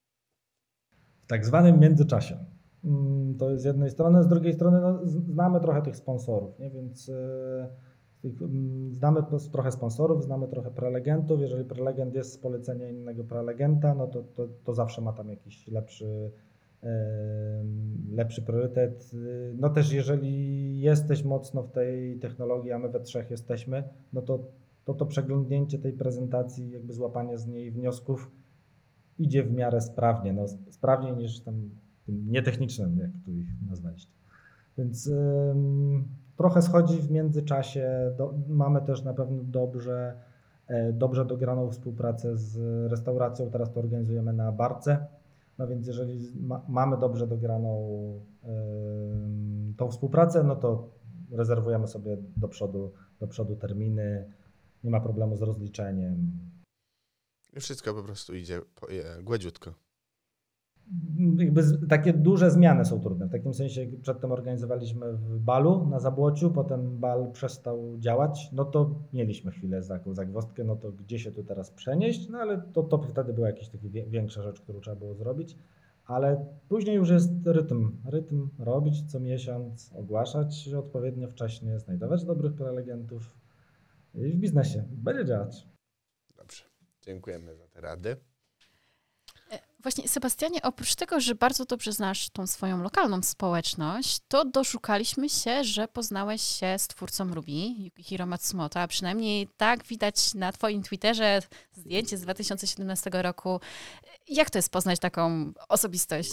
W tak zwanym międzyczasie. To jest z jednej strony, z drugiej strony no, znamy trochę tych sponsorów, nie? Więc yy, znamy trochę sponsorów, znamy trochę prelegentów. Jeżeli prelegent jest z polecenia innego prelegenta, no to, to, to zawsze ma tam jakiś lepszy, yy, lepszy priorytet. No też jeżeli jesteś mocno w tej technologii, a my we trzech jesteśmy, no to to, to przeglądnięcie tej prezentacji, jakby złapanie z niej wniosków idzie w miarę sprawnie, no sprawniej niż tam tym nietechnicznym, jak tu ich nazwaliście. Więc ym, trochę schodzi w międzyczasie. Do, mamy też na pewno dobrze, e, dobrze dograną współpracę z restauracją. Teraz to organizujemy na Barce. No więc jeżeli ma, mamy dobrze dograną y, tą współpracę, no to rezerwujemy sobie do przodu, do przodu terminy. Nie ma problemu z rozliczeniem. I wszystko po prostu idzie gładziutko. Jakby z, takie duże zmiany są trudne. W takim sensie przedtem organizowaliśmy w Balu na Zabłociu, potem Bal przestał działać, no to mieliśmy chwilę taką zagwozdkę, no to gdzie się tu teraz przenieść, no ale to, to wtedy była jakaś taka większa rzecz, którą trzeba było zrobić, ale później już jest rytm, rytm robić co miesiąc, ogłaszać odpowiednio wcześnie, znajdować dobrych prelegentów i w biznesie będzie działać. Dobrze, dziękujemy za te rady. Właśnie, Sebastianie, oprócz tego, że bardzo dobrze znasz tą swoją lokalną społeczność, to doszukaliśmy się, że poznałeś się z twórcą Ruby, Yukihiro Matsumoto, a przynajmniej tak widać na twoim Twitterze zdjęcie z dwa tysiące siedemnastego roku. Jak to jest poznać taką osobistość?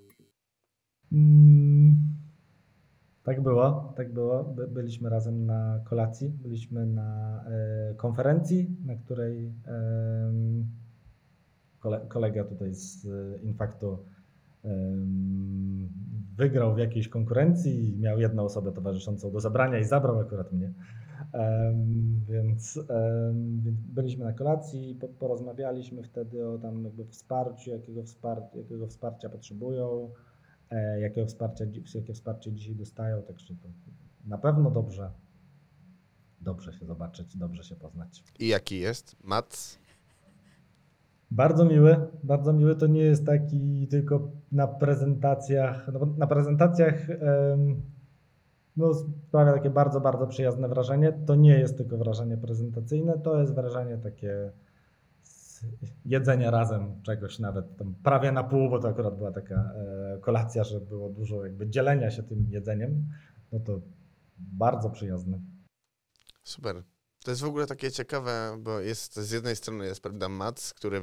Mm, tak było, tak było. By, byliśmy razem na kolacji, byliśmy na e, konferencji, na której e, kolega tutaj z Infactu um, wygrał w jakiejś konkurencji i miał jedną osobę towarzyszącą do zabrania i zabrał akurat mnie. Um, więc, um, więc byliśmy na kolacji, po, porozmawialiśmy wtedy o tam jakby wsparciu, jakiego, wspar- jakiego wsparcia potrzebują, e, jakiego wsparcia, jakie wsparcie dzisiaj dostają, także to na pewno dobrze, dobrze się zobaczyć, dobrze się poznać. I jaki jest Mats? Bardzo miły, bardzo miły. To nie jest taki tylko na prezentacjach, no na prezentacjach no, sprawia takie bardzo, bardzo przyjazne wrażenie. To nie jest tylko wrażenie prezentacyjne, to jest wrażenie takie z jedzenia razem czegoś nawet tam prawie na pół, bo to akurat była taka kolacja, że było dużo jakby dzielenia się tym jedzeniem. No to bardzo przyjazne. Super. To jest w ogóle takie ciekawe, bo jest z jednej strony jest, prawda, Mats, który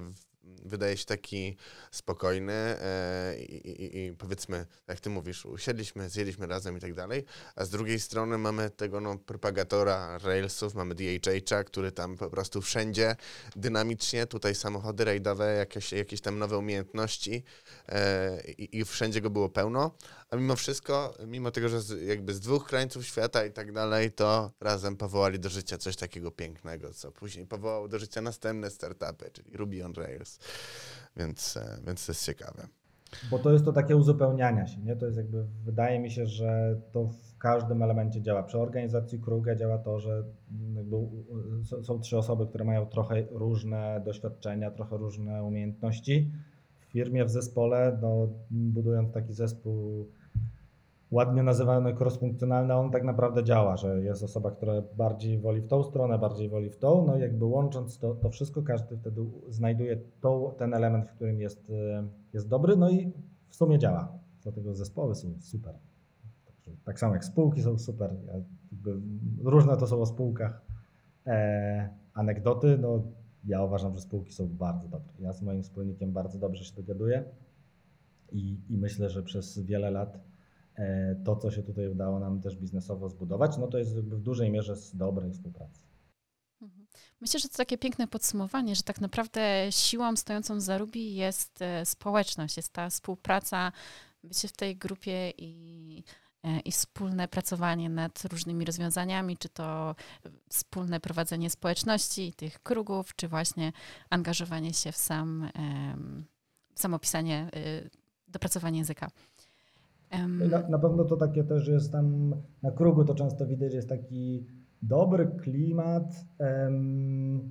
wydaje się taki spokojny e, i, i, i powiedzmy, jak ty mówisz, usiedliśmy, zjedliśmy razem i tak dalej, a z drugiej strony mamy tego no, propagatora Railsów, mamy D H H a, który tam po prostu wszędzie dynamicznie, tutaj samochody rajdowe, jakieś, jakieś tam nowe umiejętności e, i, i wszędzie go było pełno, a mimo wszystko, mimo tego, że z, jakby z dwóch krańców świata i tak dalej, to razem powołali do życia coś takiego pięknego, co później powołało do życia następne startupy, czyli Ruby on Rails, więc, e, więc to jest ciekawe. Bo to jest to takie uzupełniania się, nie? To jest jakby, wydaje mi się, że to w każdym elemencie działa. Przy organizacji Kruga działa to, że jakby są trzy osoby, które mają trochę różne doświadczenia, trochę różne umiejętności. W firmie, w zespole, no, budując taki zespół ładnie nazywany cross-funkcjonalny, on tak naprawdę działa, że jest osoba, która bardziej woli w tą stronę, bardziej woli w tą, no i jakby łącząc to, to wszystko, każdy wtedy znajduje tą, ten element, w którym jest, jest dobry, no i w sumie działa. Dlatego zespoły są super. Tak samo jak spółki są super. Jakby różne to są o spółkach e, anegdoty, no ja uważam, że spółki są bardzo dobre. Ja z moim wspólnikiem bardzo dobrze się dogaduję i, i myślę, że przez wiele lat to, co się tutaj udało nam też biznesowo zbudować, no to jest w dużej mierze z dobrej współpracy. Myślę, że to takie piękne podsumowanie, że tak naprawdę siłą stojącą za Ruby jest społeczność, jest ta współpraca, bycie w tej grupie i, i wspólne pracowanie nad różnymi rozwiązaniami, czy to wspólne prowadzenie społeczności, tych krugów, czy właśnie angażowanie się w sam, w samo pisanie, dopracowanie języka. Na, na pewno to takie też jest tam na Krugu, to często widać, że jest taki dobry klimat, em,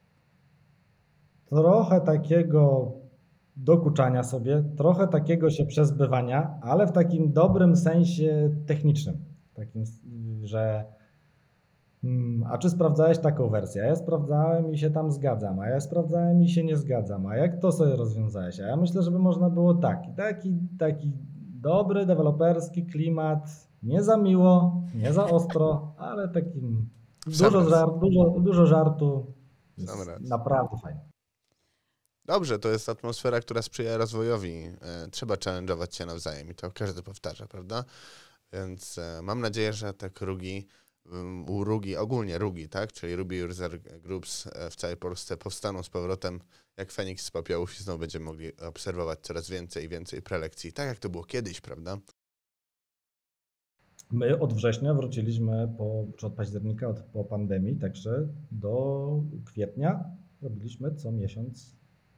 trochę takiego dokuczania sobie, trochę takiego się przezbywania, ale w takim dobrym sensie technicznym. Takim, że hmm, a czy sprawdzałeś taką wersję? A ja sprawdzałem i się tam zgadzam, a ja sprawdzałem i się nie zgadzam, a jak to sobie rozwiązałeś? A ja myślę, żeby można było taki, taki, taki dobry, deweloperski klimat, nie za miło, nie za ostro, ale takim dużo, żart, dużo, dużo żartu, naprawdę fajnie. Dobrze, to jest atmosfera, która sprzyja rozwojowi. E, trzeba challenge'ować się nawzajem i to każdy powtarza, prawda? Więc e, mam nadzieję, że te krugi, u Rugi, ogólnie Rugi, tak? Czyli Ruby User Groups w całej Polsce powstaną z powrotem jak Feniks z popiołów i znowu będziemy mogli obserwować coraz więcej i więcej prelekcji, tak jak to było kiedyś, prawda? My od września wróciliśmy, po, czy od października, od, po pandemii, także do kwietnia robiliśmy co miesiąc.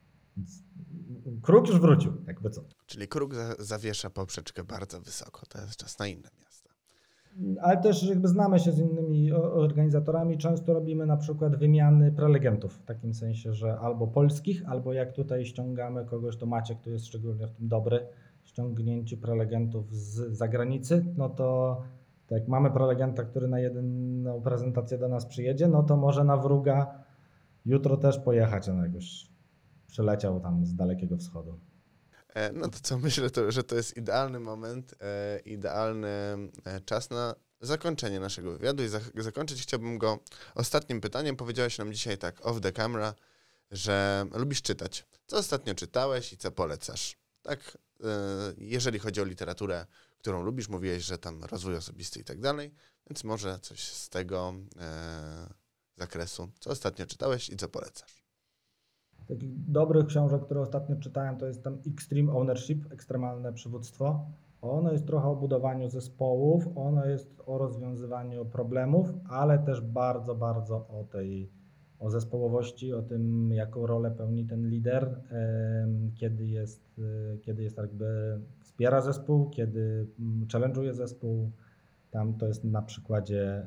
Kruk już wrócił, jakby co. Czyli Kruk za, zawiesza poprzeczkę bardzo wysoko, to jest czas na inne miasta. Ale też jakby znamy się z innymi organizatorami, często robimy na przykład wymiany prelegentów, w takim sensie, że albo polskich, albo jak tutaj ściągamy kogoś, to Maciek tu jest szczególnie w tym dobry, ściągnięciu prelegentów z zagranicy, no to, to jak mamy prelegenta, który na jedną prezentację do nas przyjedzie, no to może na Wruga jutro też pojechać, no jak już przyleciał tam z Dalekiego Wschodu. No to co, myślę, to, że to jest idealny moment, e, idealny czas na zakończenie naszego wywiadu i za, zakończyć chciałbym go ostatnim pytaniem. Powiedziałeś nam dzisiaj tak off the camera, że lubisz czytać. Co ostatnio czytałeś i co polecasz? Tak, e, jeżeli chodzi o literaturę, którą lubisz, mówiłeś, że tam rozwój osobisty i tak dalej, więc może coś z tego e, zakresu. Co ostatnio czytałeś i co polecasz? Takich dobrych książek, które ostatnio czytałem, to jest tam Extreme Ownership, ekstremalne przywództwo. Ono jest trochę o budowaniu zespołów, ono jest o rozwiązywaniu problemów, ale też bardzo, bardzo o tej, o zespołowości, o tym, jaką rolę pełni ten lider, kiedy jest, kiedy jest jakby wspiera zespół, kiedy challenge'uje zespół. Tam to jest na przykładzie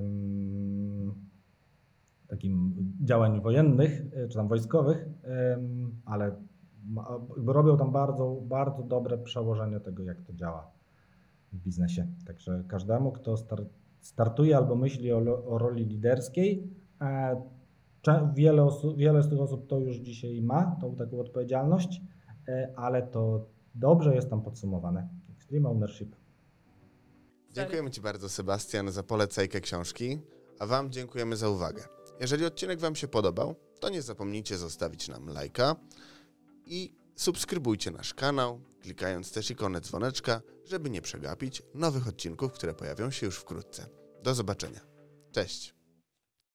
takim działań wojennych, czy tam wojskowych, ale robią tam bardzo, bardzo dobre przełożenie tego, jak to działa w biznesie. Także każdemu, kto startuje albo myśli o, o roli liderskiej, wiele, osób, wiele z tych osób to już dzisiaj ma, tą taką odpowiedzialność, ale to dobrze jest tam podsumowane. Extreme Ownership. Dziękujemy Ci bardzo, Sebastian, za polecajkę książki, a Wam dziękujemy za uwagę. Jeżeli odcinek Wam się podobał, to nie zapomnijcie zostawić nam lajka i subskrybujcie nasz kanał, klikając też ikonę dzwoneczka, żeby nie przegapić nowych odcinków, które pojawią się już wkrótce. Do zobaczenia. Cześć!